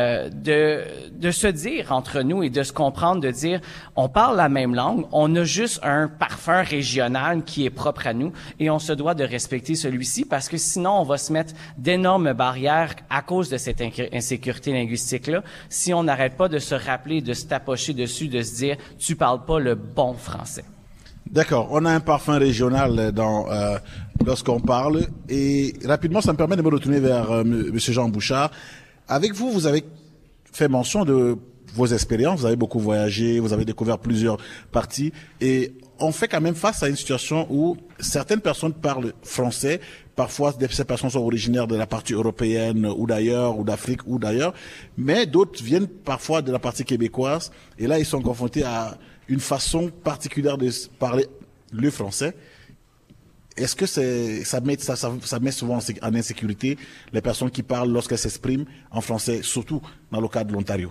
de se dire entre nous et de se comprendre, de dire, on parle la même langue, on a juste un parfum régional qui est propre à nous et on se doit de respecter celui-ci parce que sinon, on va se mettre d'énormes barrières à cause de cette insécurité linguistique-là si on n'arrête pas de se rappeler, de se tapocher dessus, de se dire, tu parles pas le bon français. D'accord, on a un parfum régional lorsqu'on parle et rapidement ça me permet de me retourner vers Monsieur Jean Bouchard. Avec vous, vous avez fait mention de vos expériences, vous avez beaucoup voyagé, vous avez découvert plusieurs parties et on fait quand même face à une situation où certaines personnes parlent français, parfois ces personnes sont originaires de la partie européenne ou d'ailleurs, ou d'Afrique ou d'ailleurs, mais d'autres viennent parfois de la partie québécoise et là ils sont confrontés à une façon particulière de parler le français. Est-ce que ça met souvent en insécurité les personnes qui parlent lorsqu'elles s'expriment en français, surtout dans le cas de l'Ontario?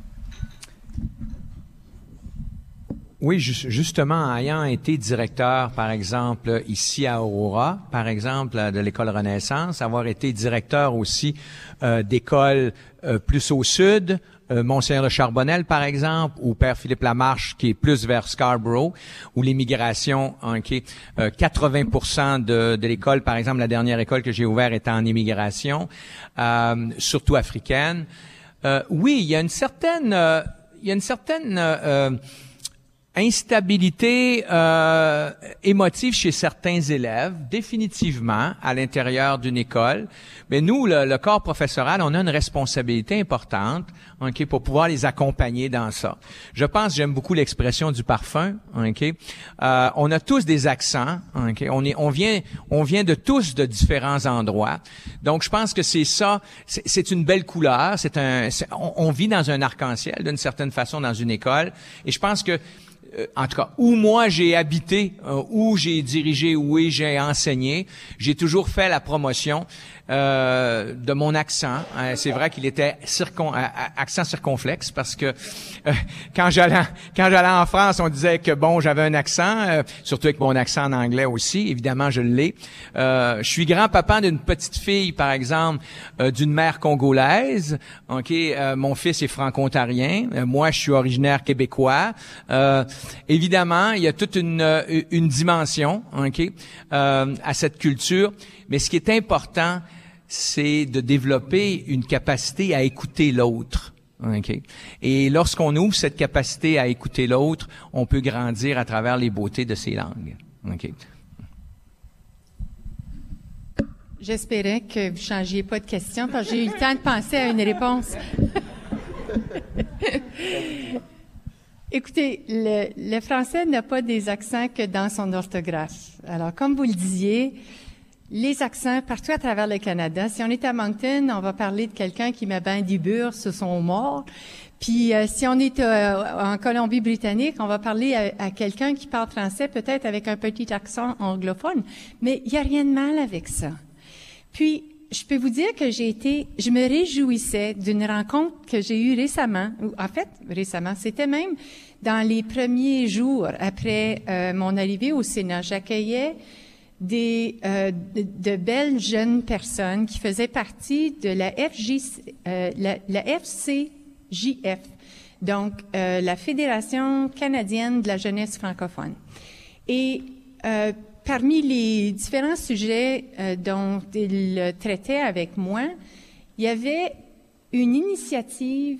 Oui, justement, ayant été directeur, par exemple, ici à Aurora, par exemple, de l'École Renaissance, avoir été directeur aussi d'écoles plus au sud, Monseigneur de Charbonnel, par exemple, ou Père Philippe Lamarche, qui est plus vers Scarborough, où l'immigration, 80% de l'école, par exemple, la dernière école que j'ai ouverte était en immigration, surtout africaine. Oui, il y a une certaine instabilité émotive chez certains élèves, définitivement, à l'intérieur d'une école. Mais nous, le corps professoral, on a une responsabilité importante, pour pouvoir les accompagner dans ça. Je pense, j'aime beaucoup l'expression du parfum, on a tous des accents, on vient de tous de différents endroits. Donc, je pense que c'est ça, c'est une belle couleur, on vit dans un arc-en-ciel, d'une certaine façon, dans une école. Et je pense que en tout cas, où moi j'ai habité, où j'ai dirigé, où j'ai enseigné, j'ai toujours fait la promotion de mon accent. C'est vrai qu'il était accent circonflexe parce que quand j'allais en France, on disait que bon, j'avais un accent, surtout avec mon accent en anglais aussi. Évidemment, je l'ai. Je suis grand-papa d'une petite fille, par exemple, d'une mère congolaise. Mon fils est franco-ontarien. Moi, je suis originaire québécois. Évidemment, il y a toute une dimension, à cette culture. Mais ce qui est important, c'est de développer une capacité à écouter l'autre. OK. Et lorsqu'on ouvre cette capacité à écouter l'autre, on peut grandir à travers les beautés de ces langues. OK. J'espérais que vous changiez pas de question parce que j'ai eu le temps de penser à une réponse. Écoutez, le français n'a pas des accents que dans son orthographe. Alors, comme vous le disiez, les accents partout à travers le Canada. Si on est à Moncton, on va parler de quelqu'un qui met ben du beurre sur son homard. Puis, si on est en Colombie-Britannique, on va parler à quelqu'un qui parle français, peut-être avec un petit accent anglophone. Mais il n'y a rien de mal avec ça. Puis, je peux vous dire que je me réjouissais d'une rencontre que j'ai eue récemment, ou en fait, récemment, c'était même dans les premiers jours après mon arrivée au Sénat. J'accueillais de belles jeunes personnes qui faisaient partie de la FCJF, donc la Fédération canadienne de la jeunesse francophone. Et parmi les différents sujets dont ils traitaient avec moi, il y avait une initiative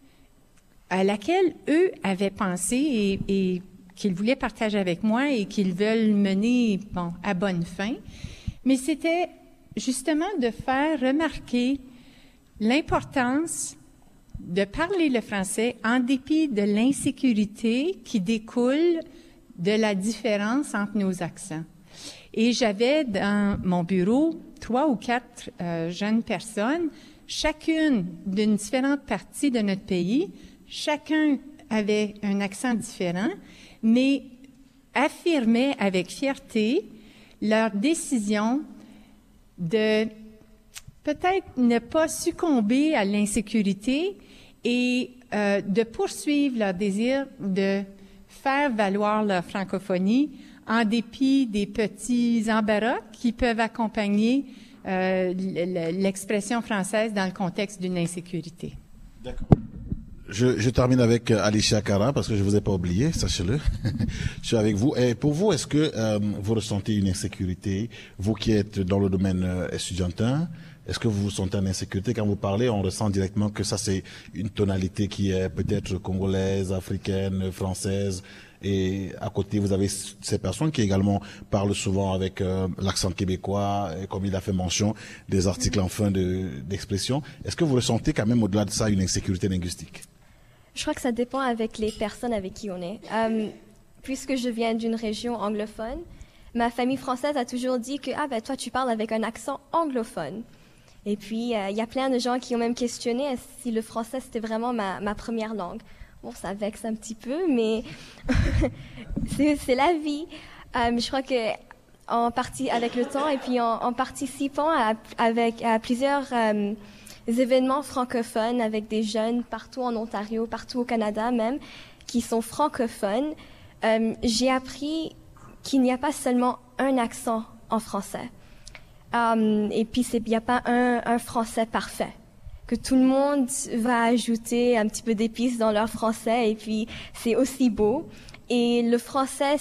à laquelle eux avaient pensé et qu'ils voulaient partager avec moi et qu'ils veulent mener à bonne fin. Mais c'était justement de faire remarquer l'importance de parler le français en dépit de l'insécurité qui découle de la différence entre nos accents. Et j'avais dans mon bureau 3 ou 4 jeunes personnes, chacune d'une différente partie de notre pays. Chacun avait un accent différent, mais affirmaient avec fierté leur décision de peut-être ne pas succomber à l'insécurité et de poursuivre leur désir de faire valoir leur francophonie en dépit des petits embarras qui peuvent accompagner l'expression française dans le contexte d'une insécurité. D'accord. Je termine avec Alicia Cara parce que je vous ai pas oublié, sachez-le. Je suis avec vous. Et pour vous, est-ce que vous ressentez une insécurité, vous qui êtes dans le domaine estudiantin? Est-ce que vous vous sentez en insécurité? Quand vous parlez, on ressent directement que ça, c'est une tonalité qui est peut-être congolaise, africaine, française. Et à côté, vous avez ces personnes qui également parlent souvent avec l'accent québécois, et comme il a fait mention, des articles en fin d'expression. Est-ce que vous ressentez quand même au-delà de ça une insécurité linguistique? Je crois que ça dépend avec les personnes avec qui on est. Puisque je viens d'une région anglophone, ma famille française a toujours dit que toi tu parles avec un accent anglophone. Et puis il y a plein de gens qui ont même questionné si le français c'était vraiment ma première langue. Bon, ça vexe un petit peu, mais c'est la vie. Je crois que en partie avec le temps et puis en participant à plusieurs événements francophones avec des jeunes partout en Ontario, partout au Canada même, qui sont francophones, j'ai appris qu'il n'y a pas seulement un accent en français. Et puis, il n'y a pas un français parfait. Que tout le monde va ajouter un petit peu d'épices dans leur français et puis c'est aussi beau. Et le français,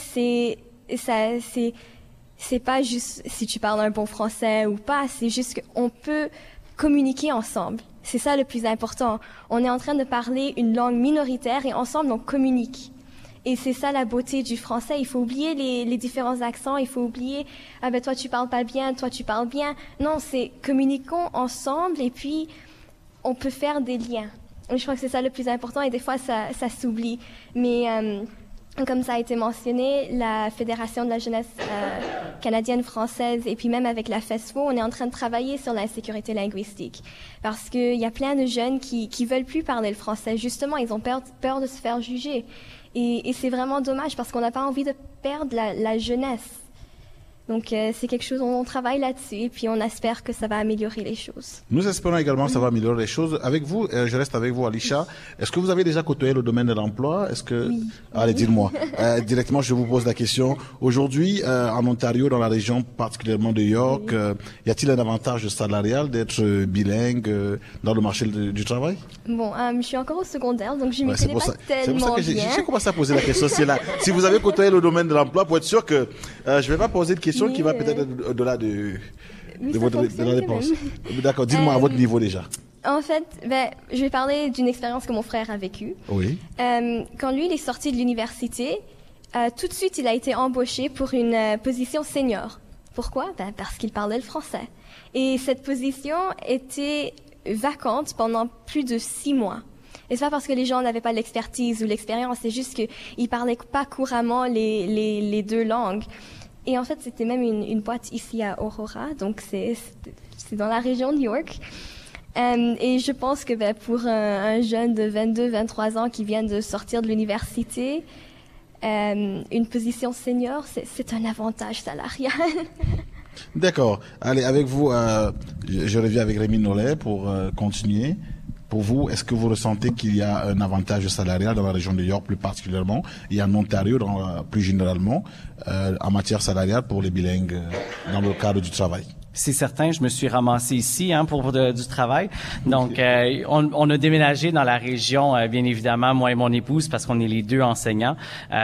c'est pas juste si tu parles un bon français ou pas, c'est juste qu'on peut communiquer ensemble. C'est ça le plus important. On est en train de parler une langue minoritaire et ensemble on communique. Et c'est ça la beauté du français. Il faut oublier les différents accents. Il faut oublier toi tu parles pas bien, toi tu parles bien. Non, c'est communiquons ensemble et puis on peut faire des liens. Et je crois que c'est ça le plus important et des fois ça s'oublie. Mais comme ça a été mentionné, la Fédération de la jeunesse canadienne française et puis même avec la FESFO, on est en train de travailler sur l'insécurité linguistique. Parce qu'il y a plein de jeunes qui veulent plus parler le français. Justement, ils ont peur de se faire juger. Et c'est vraiment dommage parce qu'on n'a pas envie de perdre la jeunesse. Donc, c'est quelque chose, on travaille là-dessus et puis on espère que ça va améliorer les choses. Nous espérons également que ça va améliorer les choses. Avec vous, je reste avec vous, Alicia. Est-ce que vous avez déjà côtoyé le domaine de l'emploi? Est-ce que... Oui. Allez, dites-moi. Directement, je vous pose la question. Aujourd'hui, en Ontario, dans la région particulièrement de York, y a-t-il un avantage salarial d'être bilingue dans le marché du travail? Bon, je suis encore au secondaire, donc je ne m'y connais pas tellement C'est pour ça que bien. j'ai commencé à poser la question. C'est là. Si vous avez côtoyé le domaine de l'emploi, pour être sûr que je ne vais pas poser de question qui va peut-être être au-delà de Oui, la réponse. D'accord, dites-moi à votre niveau déjà. En fait, je vais parler d'une expérience que mon frère a vécue. Oui. Quand lui, il est sorti de l'université, tout de suite, il a été embauché pour une position senior. Pourquoi? Parce qu'il parlait le français. Et cette position était vacante pendant plus de 6 mois. Et c'est pas parce que les gens n'avaient pas l'expertise ou l'expérience, c'est juste qu'ils parlaient pas couramment les 2 langues. Et en fait, c'était même une boîte ici à Aurora, donc c'est dans la région de New York. Et je pense que pour un jeune de 22-23 ans qui vient de sortir de l'université, une position senior, c'est un avantage salarial. D'accord. Allez, avec vous, je reviens avec Rémi Nollet pour continuer. Pour vous, est-ce que vous ressentez qu'il y a un avantage salarial dans la région de York plus particulièrement et en Ontario plus généralement en matière salariale pour les bilingues dans le cadre du travail? C'est certain, je me suis ramassé ici pour du travail. Donc, on a déménagé dans la région, bien évidemment, moi et mon épouse, parce qu'on est les 2 enseignants.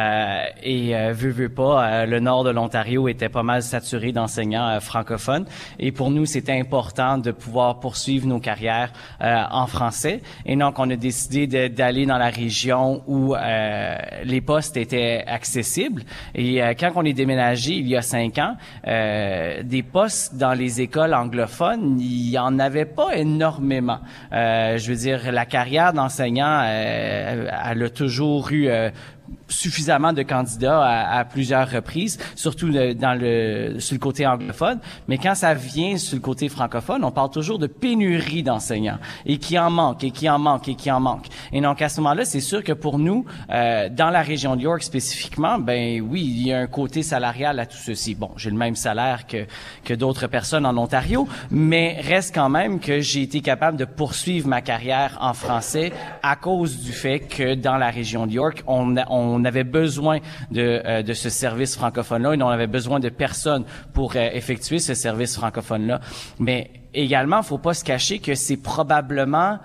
Veux pas, le nord de l'Ontario était pas mal saturé d'enseignants francophones. Et pour nous, c'était important de pouvoir poursuivre nos carrières en français. Et donc, on a décidé d'aller dans la région où les postes étaient accessibles. Et quand on est déménagé il y a 5 ans, des postes dans les écoles anglophones, il y en avait pas énormément. Je veux dire, la carrière d'enseignant, elle a toujours eu suffisamment de candidats à plusieurs reprises, surtout sur le côté anglophone. Mais quand ça vient sur le côté francophone, on parle toujours de pénurie d'enseignants et qui en manque, et qui en manque, et qui en manque. Et donc, à ce moment-là, c'est sûr que pour nous, dans la région de York spécifiquement, oui, il y a un côté salarial à tout ceci. Bon, j'ai le même salaire que d'autres personnes en Ontario, mais reste quand même que j'ai été capable de poursuivre ma carrière en français à cause du fait que dans la région de York, on avait besoin de ce service francophone-là et on avait besoin de personnes pour effectuer ce service francophone-là. Mais également, faut pas se cacher que c'est probablement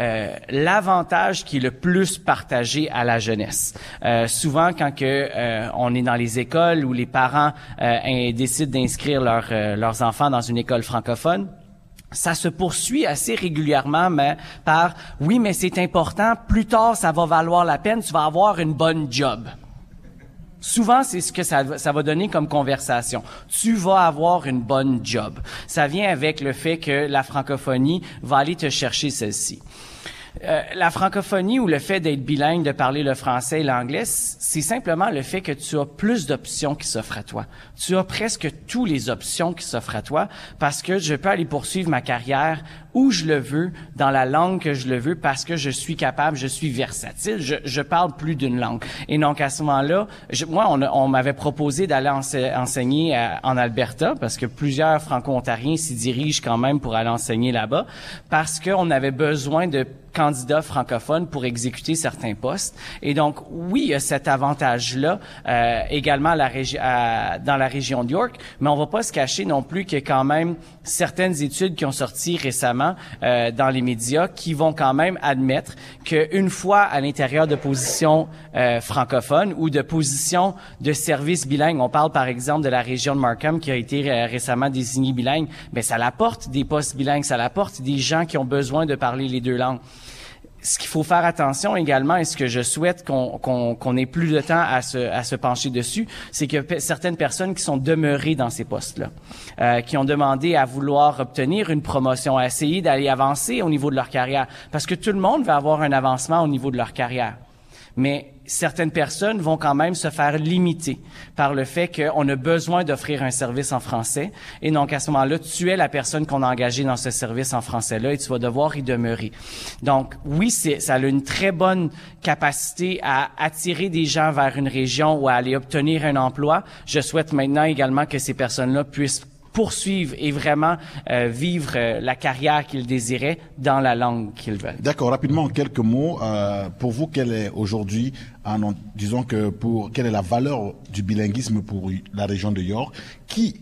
l'avantage qui est le plus partagé à la jeunesse. Souvent, quand on est dans les écoles où les parents décident d'inscrire leurs enfants dans une école francophone, ça se poursuit assez régulièrement par « oui, mais c'est important, plus tard, ça va valoir la peine, tu vas avoir une bonne job ». Souvent, c'est ce que ça va donner comme conversation. Tu vas avoir une bonne job. Ça vient avec le fait que la francophonie va aller te chercher celle-ci. La francophonie ou le fait d'être bilingue, de parler le français et l'anglais, c'est simplement le fait que tu as plus d'options qui s'offrent à toi. Tu as presque toutes les options qui s'offrent à toi parce que je peux aller poursuivre ma carrière où je le veux, dans la langue que je le veux, parce que je suis capable, je suis versatile, je parle plus d'une langue. Et donc, à ce moment-là, moi, on m'avait proposé d'aller enseigner en Alberta, parce que plusieurs Franco-Ontariens s'y dirigent quand même pour aller enseigner là-bas, parce qu'on avait besoin de candidats francophones pour exécuter certains postes. Et donc, oui, il y a cet avantage-là également dans la région de York, mais on va pas se cacher non plus qu'il y a quand même certaines études qui ont sorti récemment dans les médias qui vont quand même admettre qu'une fois à l'intérieur de positions francophones ou de positions de services bilingues, on parle par exemple de la région de Markham qui a été récemment désignée bilingue, mais ça l'apporte des postes bilingues, ça l'apporte des gens qui ont besoin de parler les 2 langues. Ce qu'il faut faire attention également, et ce que je souhaite qu'on ait plus de temps à se pencher dessus, c'est que certaines personnes qui sont demeurées dans ces postes-là, qui ont demandé à vouloir obtenir une promotion, à essayer d'aller avancer au niveau de leur carrière, parce que tout le monde va avoir un avancement au niveau de leur carrière. Mais certaines personnes vont quand même se faire limiter par le fait qu'on a besoin d'offrir un service en français. Et donc, à ce moment-là, tu es la personne qu'on a engagée dans ce service en français-là et tu vas devoir y demeurer. Donc, oui, ça a une très bonne capacité à attirer des gens vers une région ou à aller obtenir un emploi. Je souhaite maintenant également que ces personnes-là puissent poursuivre et vraiment vivre la carrière qu'ils désiraient dans la langue qu'ils veulent. D'accord, rapidement, en quelques mots, pour vous, quelle est aujourd'hui, quelle est la valeur du bilinguisme pour la région de York, qui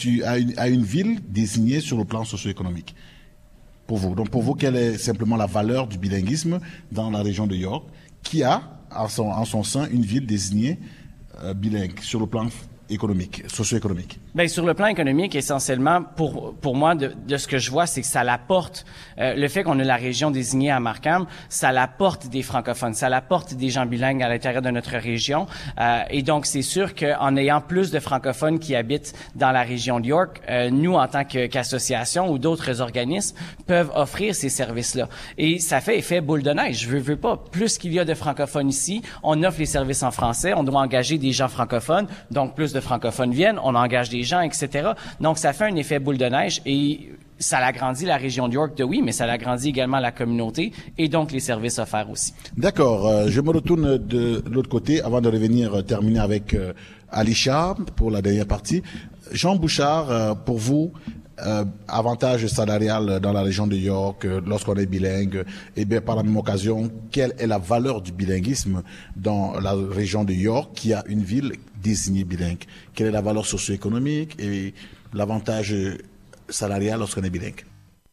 a une ville désignée sur le plan socio-économique? Pour vous. Donc pour vous, quelle est simplement la valeur du bilinguisme dans la région de York, qui a en son sein une ville désignée bilingue sur le plan économique, socio-économique? Ben, sur le plan économique, essentiellement, pour moi, de ce que je vois, c'est que ça l'apporte, le fait qu'on ait la région désignée à Markham, ça l'apporte des francophones, ça l'apporte des gens bilingues à l'intérieur de notre région. Et donc, c'est sûr qu'en ayant plus de francophones qui habitent dans la région de York, nous, en tant qu'association ou d'autres organismes, peuvent offrir ces services-là. Et ça fait effet boule de neige. Je veux pas. Plus qu'il y a de francophones ici, on offre les services en français, on doit engager des gens francophones, donc plus de francophones viennent, on engage des gens, etc. Donc, ça fait un effet boule de neige et ça agrandit la région de York, oui, mais ça agrandit également la communauté et donc les services offerts aussi. D'accord. Je me retourne de l'autre côté avant de revenir terminer avec Alisha pour la dernière partie. Jean Bouchard, pour vous, avantage salarial dans la région de York lorsqu'on est bilingue, et bien par la même occasion, quelle est la valeur du bilinguisme dans la région de York qui a une ville désignée bilingue? Quelle est la valeur socio-économique et l'avantage salarial lorsqu'on est bilingue?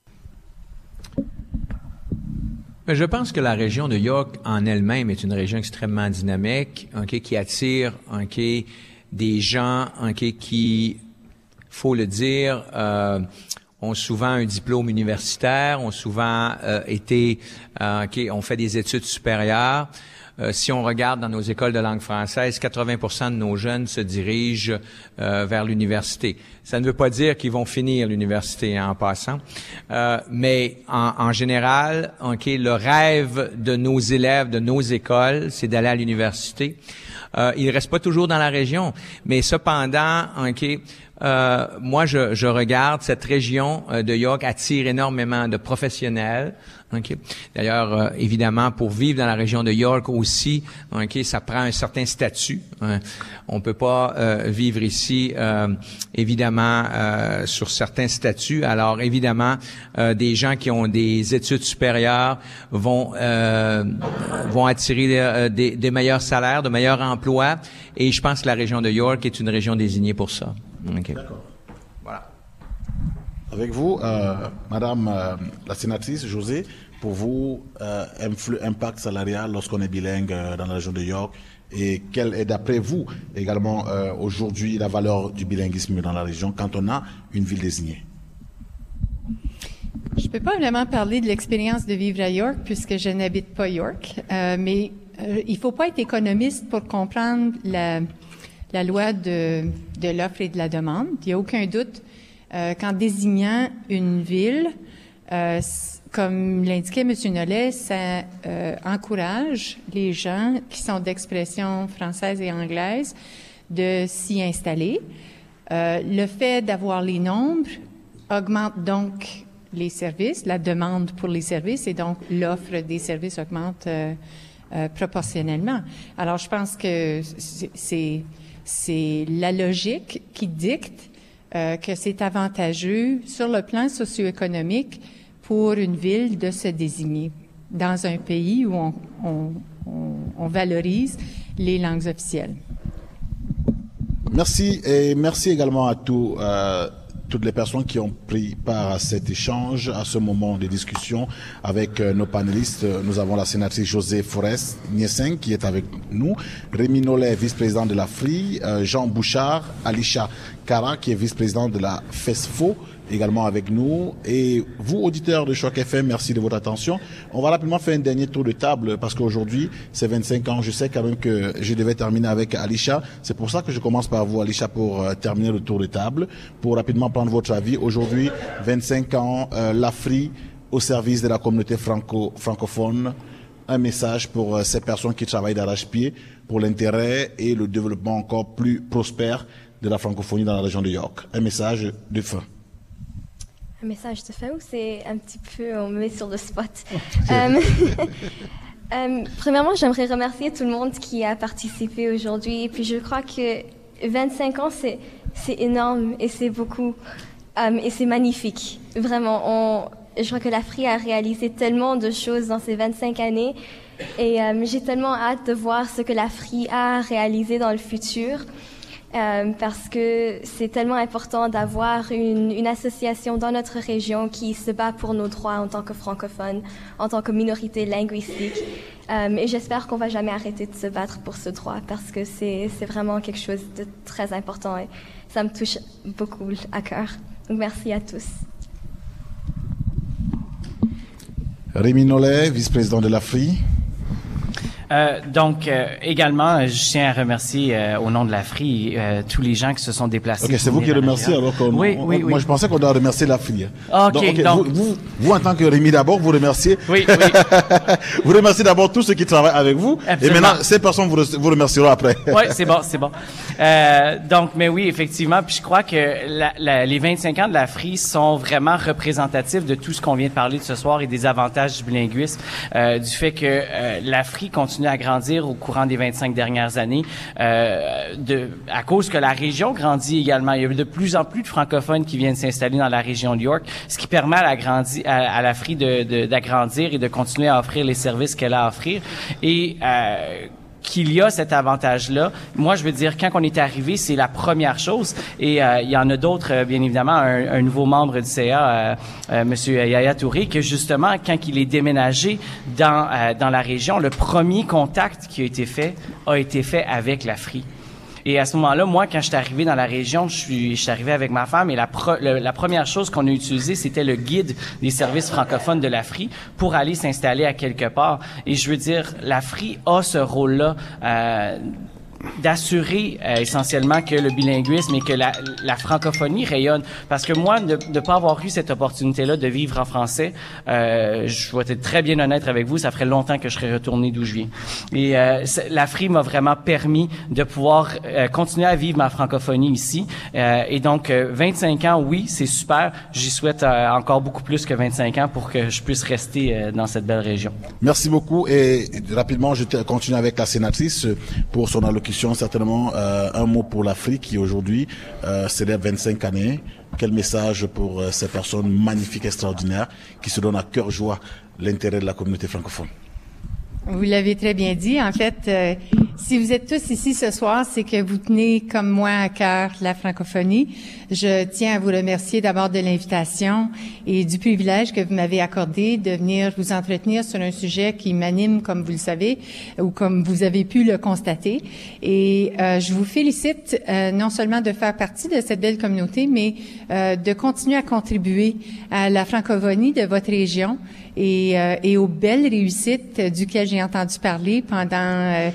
Je pense que la région de York en elle-même est une région extrêmement dynamique, qui attire des gens qui, faut le dire, ont souvent un diplôme universitaire, ont souvent ont fait des études supérieures. Si on regarde dans nos écoles de langue française, 80% de nos jeunes se dirigent vers l'université. Ça ne veut pas dire qu'ils vont finir l'université en passant, mais en général, le rêve de nos élèves, de nos écoles, c'est d'aller à l'université. Ils restent pas toujours dans la région, mais cependant, moi, je regarde cette région de York attire énormément de professionnels. D'ailleurs, évidemment, pour vivre dans la région de York aussi, ça prend un certain statut. On peut pas vivre ici, évidemment, sur certains statuts. Alors, évidemment, des gens qui ont des études supérieures vont attirer des meilleurs salaires, de meilleurs emplois. Et je pense que la région de York est une région désignée pour ça. Okay. D'accord. Voilà. Avec vous, Madame la sénatrice José, pour vous, impact salarial lorsqu'on est bilingue dans la région de York, et quelle est d'après vous également aujourd'hui la valeur du bilinguisme dans la région quand on a une ville désignée? Je ne peux pas vraiment parler de l'expérience de vivre à York puisque je n'habite pas York, mais il ne faut pas être économiste pour comprendre la loi de l'offre et de la demande. Il n'y a aucun doute qu'en désignant une ville, comme l'indiquait M. Nollet, ça encourage les gens qui sont d'expression française et anglaise de s'y installer. Le fait d'avoir les nombres augmente donc les services, la demande pour les services, et donc l'offre des services augmente proportionnellement. Alors, je pense que c'est la logique qui dicte que c'est avantageux sur le plan socio-économique pour une ville de se désigner dans un pays où on valorise les langues officielles. Merci, et merci également à toutes les personnes qui ont pris part à cet échange, à ce moment de discussion avec nos panélistes. Nous avons la sénatrice José Forest Niesseng qui est avec nous, Rémi Nollet, vice-président de la FRI, Jean Bouchard, Alisha Kara qui est vice-président de la FESFO, également avec nous. Et vous, auditeurs de Choc FM, merci de votre attention. On va rapidement faire un dernier tour de table parce qu'aujourd'hui, c'est 25 ans. Je sais quand même que je devais terminer avec Alisha. C'est pour ça que je commence par vous, Alisha, pour terminer le tour de table, pour rapidement prendre votre avis. Aujourd'hui, 25 ans, l'AFRI au service de la communauté francophone. Un message pour ces personnes qui travaillent d'arrache-pied pour l'intérêt et le développement encore plus prospère de la francophonie dans la région de York. Un message de fin. Un message de fin ou c'est un petit peu, on me met sur le spot. Premièrement, j'aimerais remercier tout le monde qui a participé aujourd'hui. Et puis je crois que 25 ans, c'est énorme et c'est beaucoup. Et c'est magnifique. Vraiment, je crois que l'AFRI a réalisé tellement de choses dans ces 25 années. Et j'ai tellement hâte de voir ce que l'AFRI a réalisé dans le futur. Parce que c'est tellement important d'avoir une association dans notre région qui se bat pour nos droits en tant que francophones, en tant que minorité linguistique. Et j'espère qu'on va jamais arrêter de se battre pour ce droit parce que c'est vraiment quelque chose de très important et ça me touche beaucoup à cœur. Donc merci à tous. Rémi Nollet, vice-président de l'AFRI. Également, je tiens à remercier au nom de l'AFRI tous les gens qui se sont déplacés. Ok, c'est vous qui remerciez alors que oui. moi je pensais qu'on doit remercier l'AFRI. Donc, vous en tant que Rémi d'abord, vous remerciez. Oui. Vous remerciez d'abord tous ceux qui travaillent avec vous. Absolument. Et maintenant, ces personnes vous remercieront après. Oui, c'est bon. Mais oui, effectivement, puis je crois que les 25 ans de l'AFRI sont vraiment représentatifs de tout ce qu'on vient de parler de ce soir et des avantages du bilinguisme, du fait que l'AFRI continue à grandir au courant des 25 dernières années, à cause que la région grandit également. Il y a de plus en plus de francophones qui viennent s'installer dans la région de York, ce qui permet à l'AFRI d'agrandir et de continuer à offrir les services qu'elle a à offrir. Et qu'il y a cet avantage-là. Moi, je veux dire, quand on est arrivé, c'est la première chose. Et il y en a d'autres, bien évidemment, un nouveau membre du CA, Monsieur Yaya Touré, que justement, quand il est déménagé dans la région, le premier contact qui a été fait avec l'AFRI. Et à ce moment-là, moi, quand je suis arrivé dans la région, je suis arrivé avec ma femme et la première chose qu'on a utilisée, c'était le guide des services francophones de l'AFRI pour aller s'installer à quelque part. Et je veux dire, l'AFRI a ce rôle-là d'assurer essentiellement que le bilinguisme et que la francophonie rayonne. Parce que moi, de pas avoir eu cette opportunité-là de vivre en français, je vais être très bien honnête avec vous, ça ferait longtemps que je serais retourné d'où je viens. Et l'AFRI m'a vraiment permis de pouvoir continuer à vivre ma francophonie ici. Et donc, 25 ans, oui, c'est super. J'y souhaite encore beaucoup plus que 25 ans pour que je puisse rester dans cette belle région. Merci beaucoup. Et rapidement, je continue avec la sénatrice pour son allocution. Certainement, un mot pour l'Afrique qui aujourd'hui célèbre 25 années. Quel message pour ces personnes magnifiques, extraordinaires, qui se donnent à cœur joie l'intérêt de la communauté francophone? Vous l'avez très bien dit. En fait, si vous êtes tous ici ce soir, c'est que vous tenez comme moi à cœur la francophonie. Je tiens à vous remercier d'abord de l'invitation et du privilège que vous m'avez accordé de venir vous entretenir sur un sujet qui m'anime, comme vous le savez, ou comme vous avez pu le constater. Et je vous félicite non seulement de faire partie de cette belle communauté, mais de continuer à contribuer à la francophonie de votre région et aux belles réussites duquel j'ai entendu parler pendant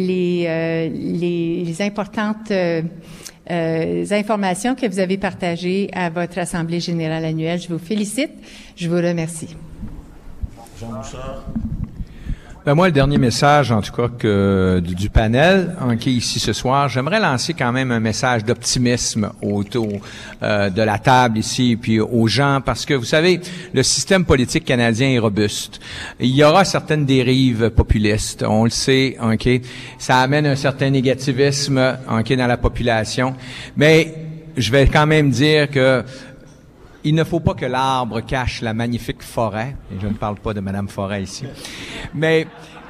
les importantes informations que vous avez partagées à votre Assemblée générale annuelle. Je vous félicite. Je vous remercie. Jean Bouchard. Ben moi, le dernier message, en tout cas, du panel, qui est ici ce soir, j'aimerais lancer quand même un message d'optimisme autour de la table ici, et puis aux gens, parce que vous savez, le système politique canadien est robuste. Il y aura certaines dérives populistes, on le sait, ça amène un certain négativisme, dans la population, mais je vais quand même dire que il ne faut pas que l'arbre cache la magnifique forêt. Et je ne parle pas de Madame Forêt ici. Mais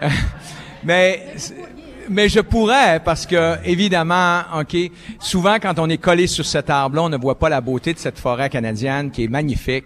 je pourrais, parce que, évidemment, souvent, quand on est collé sur cet arbre-là, on ne voit pas la beauté de cette forêt canadienne qui est magnifique,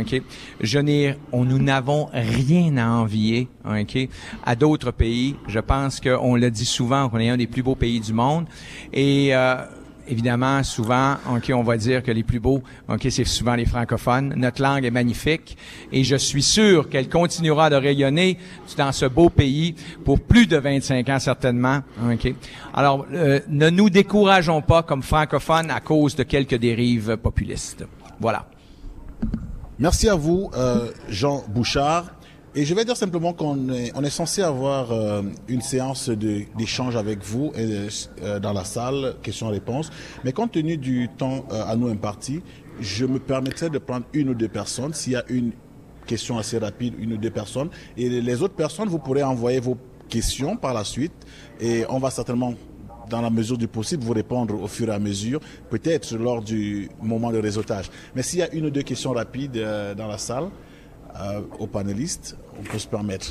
nous n'avons rien à envier, à d'autres pays. Je pense qu'on le dit souvent, qu'on est un des plus beaux pays du monde. Et, évidemment, souvent, on va dire que les plus beaux, c'est souvent les francophones. Notre langue est magnifique et je suis sûr qu'elle continuera de rayonner dans ce beau pays pour plus de 25 ans certainement. Alors, ne nous décourageons pas comme francophones à cause de quelques dérives populistes. Voilà. Merci à vous, Jean Bouchard. Et je vais dire simplement qu'on est censé avoir une séance d'échange avec vous dans la salle, questions-réponses. Mais compte tenu du temps à nous imparti, je me permettrai de prendre une ou deux personnes. S'il y a une question assez rapide, une ou deux personnes. Et les autres personnes, vous pourrez envoyer vos questions par la suite. Et on va certainement, dans la mesure du possible, vous répondre au fur et à mesure, peut-être lors du moment de réseautage. Mais s'il y a une ou deux questions rapides dans la salle, aux panélistes, on peut se permettre.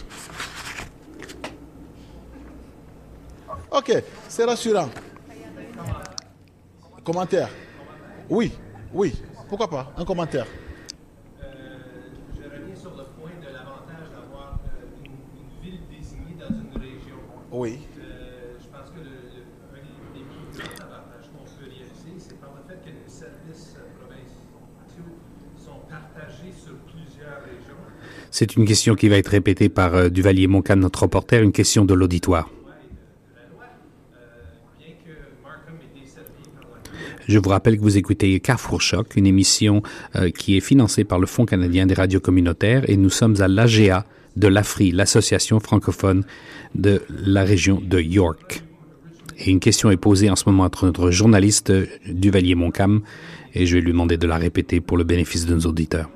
Ok, c'est rassurant. Commentaire? Oui, pourquoi pas? Un commentaire. Je reviens sur le point de l'avantage d'avoir une ville désignée dans une région. Oui. Je pense que un des plus grands avantages qu'on peut réaliser, c'est par le fait que les services provinciaux sont partagés sur plusieurs régions. C'est une question qui va être répétée par Duvalier-Montcalm, notre reporter, une question de l'auditoire. Je vous rappelle que vous écoutez Carrefour Choc, une émission qui est financée par le Fonds canadien des radios communautaires, et nous sommes à l'AGA de l'AFRI, l'association francophone de la région de York. Et une question est posée en ce moment entre notre journaliste Duvalier-Montcalm, et je vais lui demander de la répéter pour le bénéfice de nos auditeurs.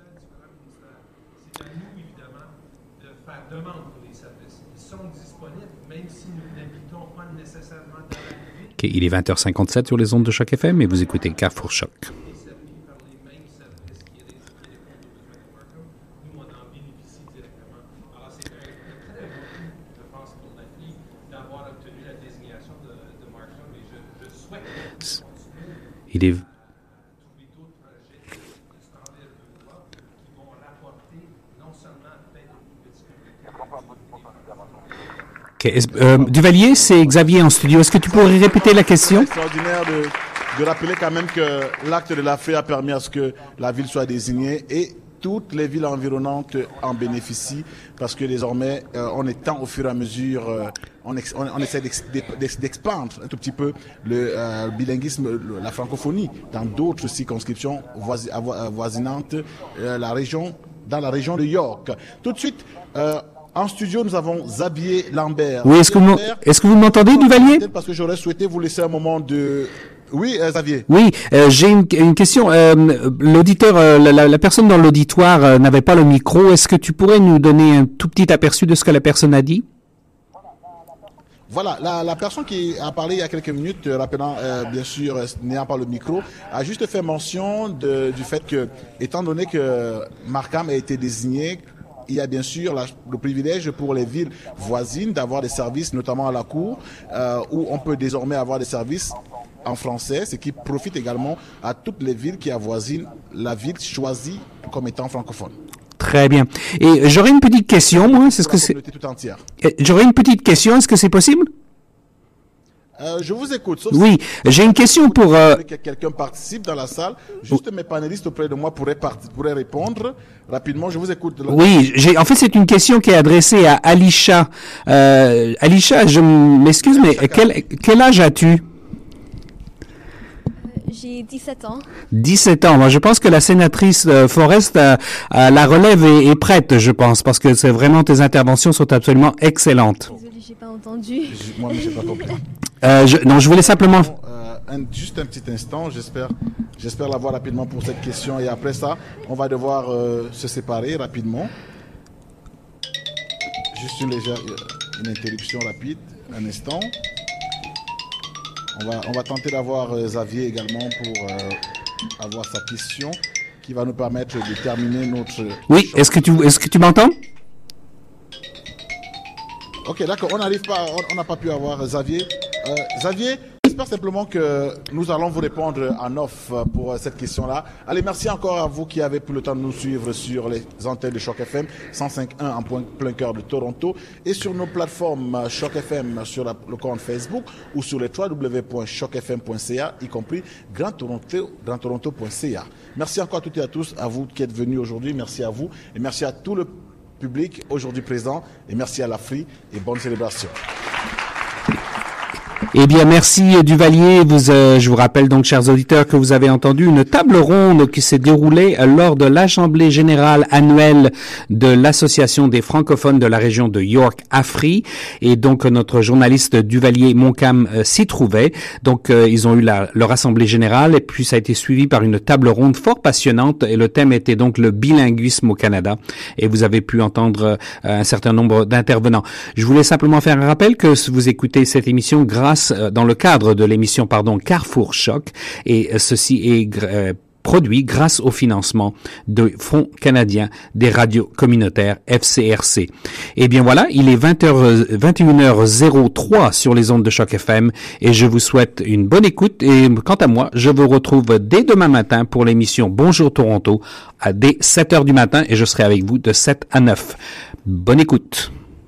Okay, il est 20h57 sur les ondes de Choc FM et vous écoutez Carrefour Choc. Il est... Okay. Duvalier, c'est Xavier en studio. Est-ce que tu pourrais répéter la question? C'est extraordinaire de rappeler quand même que l'acte de l'AFRI a permis à ce que la ville soit désignée et toutes les villes environnantes en bénéficient parce que désormais, on étend au fur et à mesure, on essaie d'expandre un tout petit peu le bilinguisme, la francophonie dans d'autres circonscriptions voisinantes dans la région de York. Tout de suite, en studio, nous avons Xavier Lambert. Oui, est-ce que vous m'entendez, Duvalier? Peut-être parce que j'aurais souhaité vous laisser un moment de... Oui, Xavier. Oui, j'ai une question. L'auditeur, la personne dans l'auditoire n'avait pas le micro. Est-ce que tu pourrais nous donner un tout petit aperçu de ce que la personne a dit? Voilà, la personne qui a parlé il y a quelques minutes, rappelant bien sûr, n'ayant pas le micro, a juste fait mention du fait que, étant donné que Markham a été désigné, il y a bien sûr le privilège pour les villes voisines d'avoir des services, notamment à la cour, où on peut désormais avoir des services en français, ce qui profite également à toutes les villes qui avoisinent la ville choisie comme étant francophone. Très bien. Et j'aurais une petite question, moi. C'est ce que c'est. Tout entière. J'aurais une petite question. Est-ce que c'est possible? Je vous écoute. Sauf oui, j'ai une question pour... que quelqu'un participe dans la salle. Juste mes panélistes auprès de moi pourraient répondre rapidement. Je vous écoute. Oui, en fait, c'est une question qui est adressée à Alisha. Alisha, je m'excuse, mais quel âge as-tu? J'ai 17 ans. 17 ans. Moi, je pense que la sénatrice Forrest, la relève est prête, je pense, parce que c'est vraiment, tes interventions sont absolument excellentes. Désolée, j'ai pas entendu. Moi, j'ai pas compris. Je voulais simplement... juste un petit instant, j'espère l'avoir rapidement pour cette question et après ça, on va devoir se séparer rapidement. Juste une interruption rapide, un instant. On va tenter d'avoir Xavier également pour avoir sa question qui va nous permettre de terminer notre... Oui, est-ce que tu m'entends? Ok, d'accord, on n'a pas pu avoir Xavier. Xavier, j'espère simplement que nous allons vous répondre en off pour cette question-là. Allez, merci encore à vous qui avez pris le temps de nous suivre sur les antennes de Choc FM 105.1 en plein cœur de Toronto et sur nos plateformes Choc FM sur le compte Facebook ou sur les www.chocfm.ca, y compris grandtoronto.ca. Merci encore à toutes et à tous, à vous qui êtes venus aujourd'hui. Merci à vous et merci à tout le public aujourd'hui présent et merci à l'AFRI et bonne célébration. Eh bien, merci Duvalier. Je vous rappelle donc, chers auditeurs, que vous avez entendu une table ronde qui s'est déroulée lors de l'Assemblée générale annuelle de l'Association des francophones de la région de York, AFRI. Et donc, notre journaliste Duvalier-Montcalm s'y trouvait. Donc, ils ont eu leur Assemblée générale et puis ça a été suivi par une table ronde fort passionnante et le thème était donc le bilinguisme au Canada. Et vous avez pu entendre un certain nombre d'intervenants. Je voulais simplement faire un rappel que vous écoutez cette émission dans le cadre de l'émission, Carrefour Choc, et ceci est produit grâce au financement du Fonds canadien des radios communautaires FCRC. Et bien voilà, il est 21h03 sur les ondes de Choc FM et je vous souhaite une bonne écoute et quant à moi, je vous retrouve dès demain matin pour l'émission Bonjour Toronto dès 7h du matin et je serai avec vous de 7 à 9. Bonne écoute.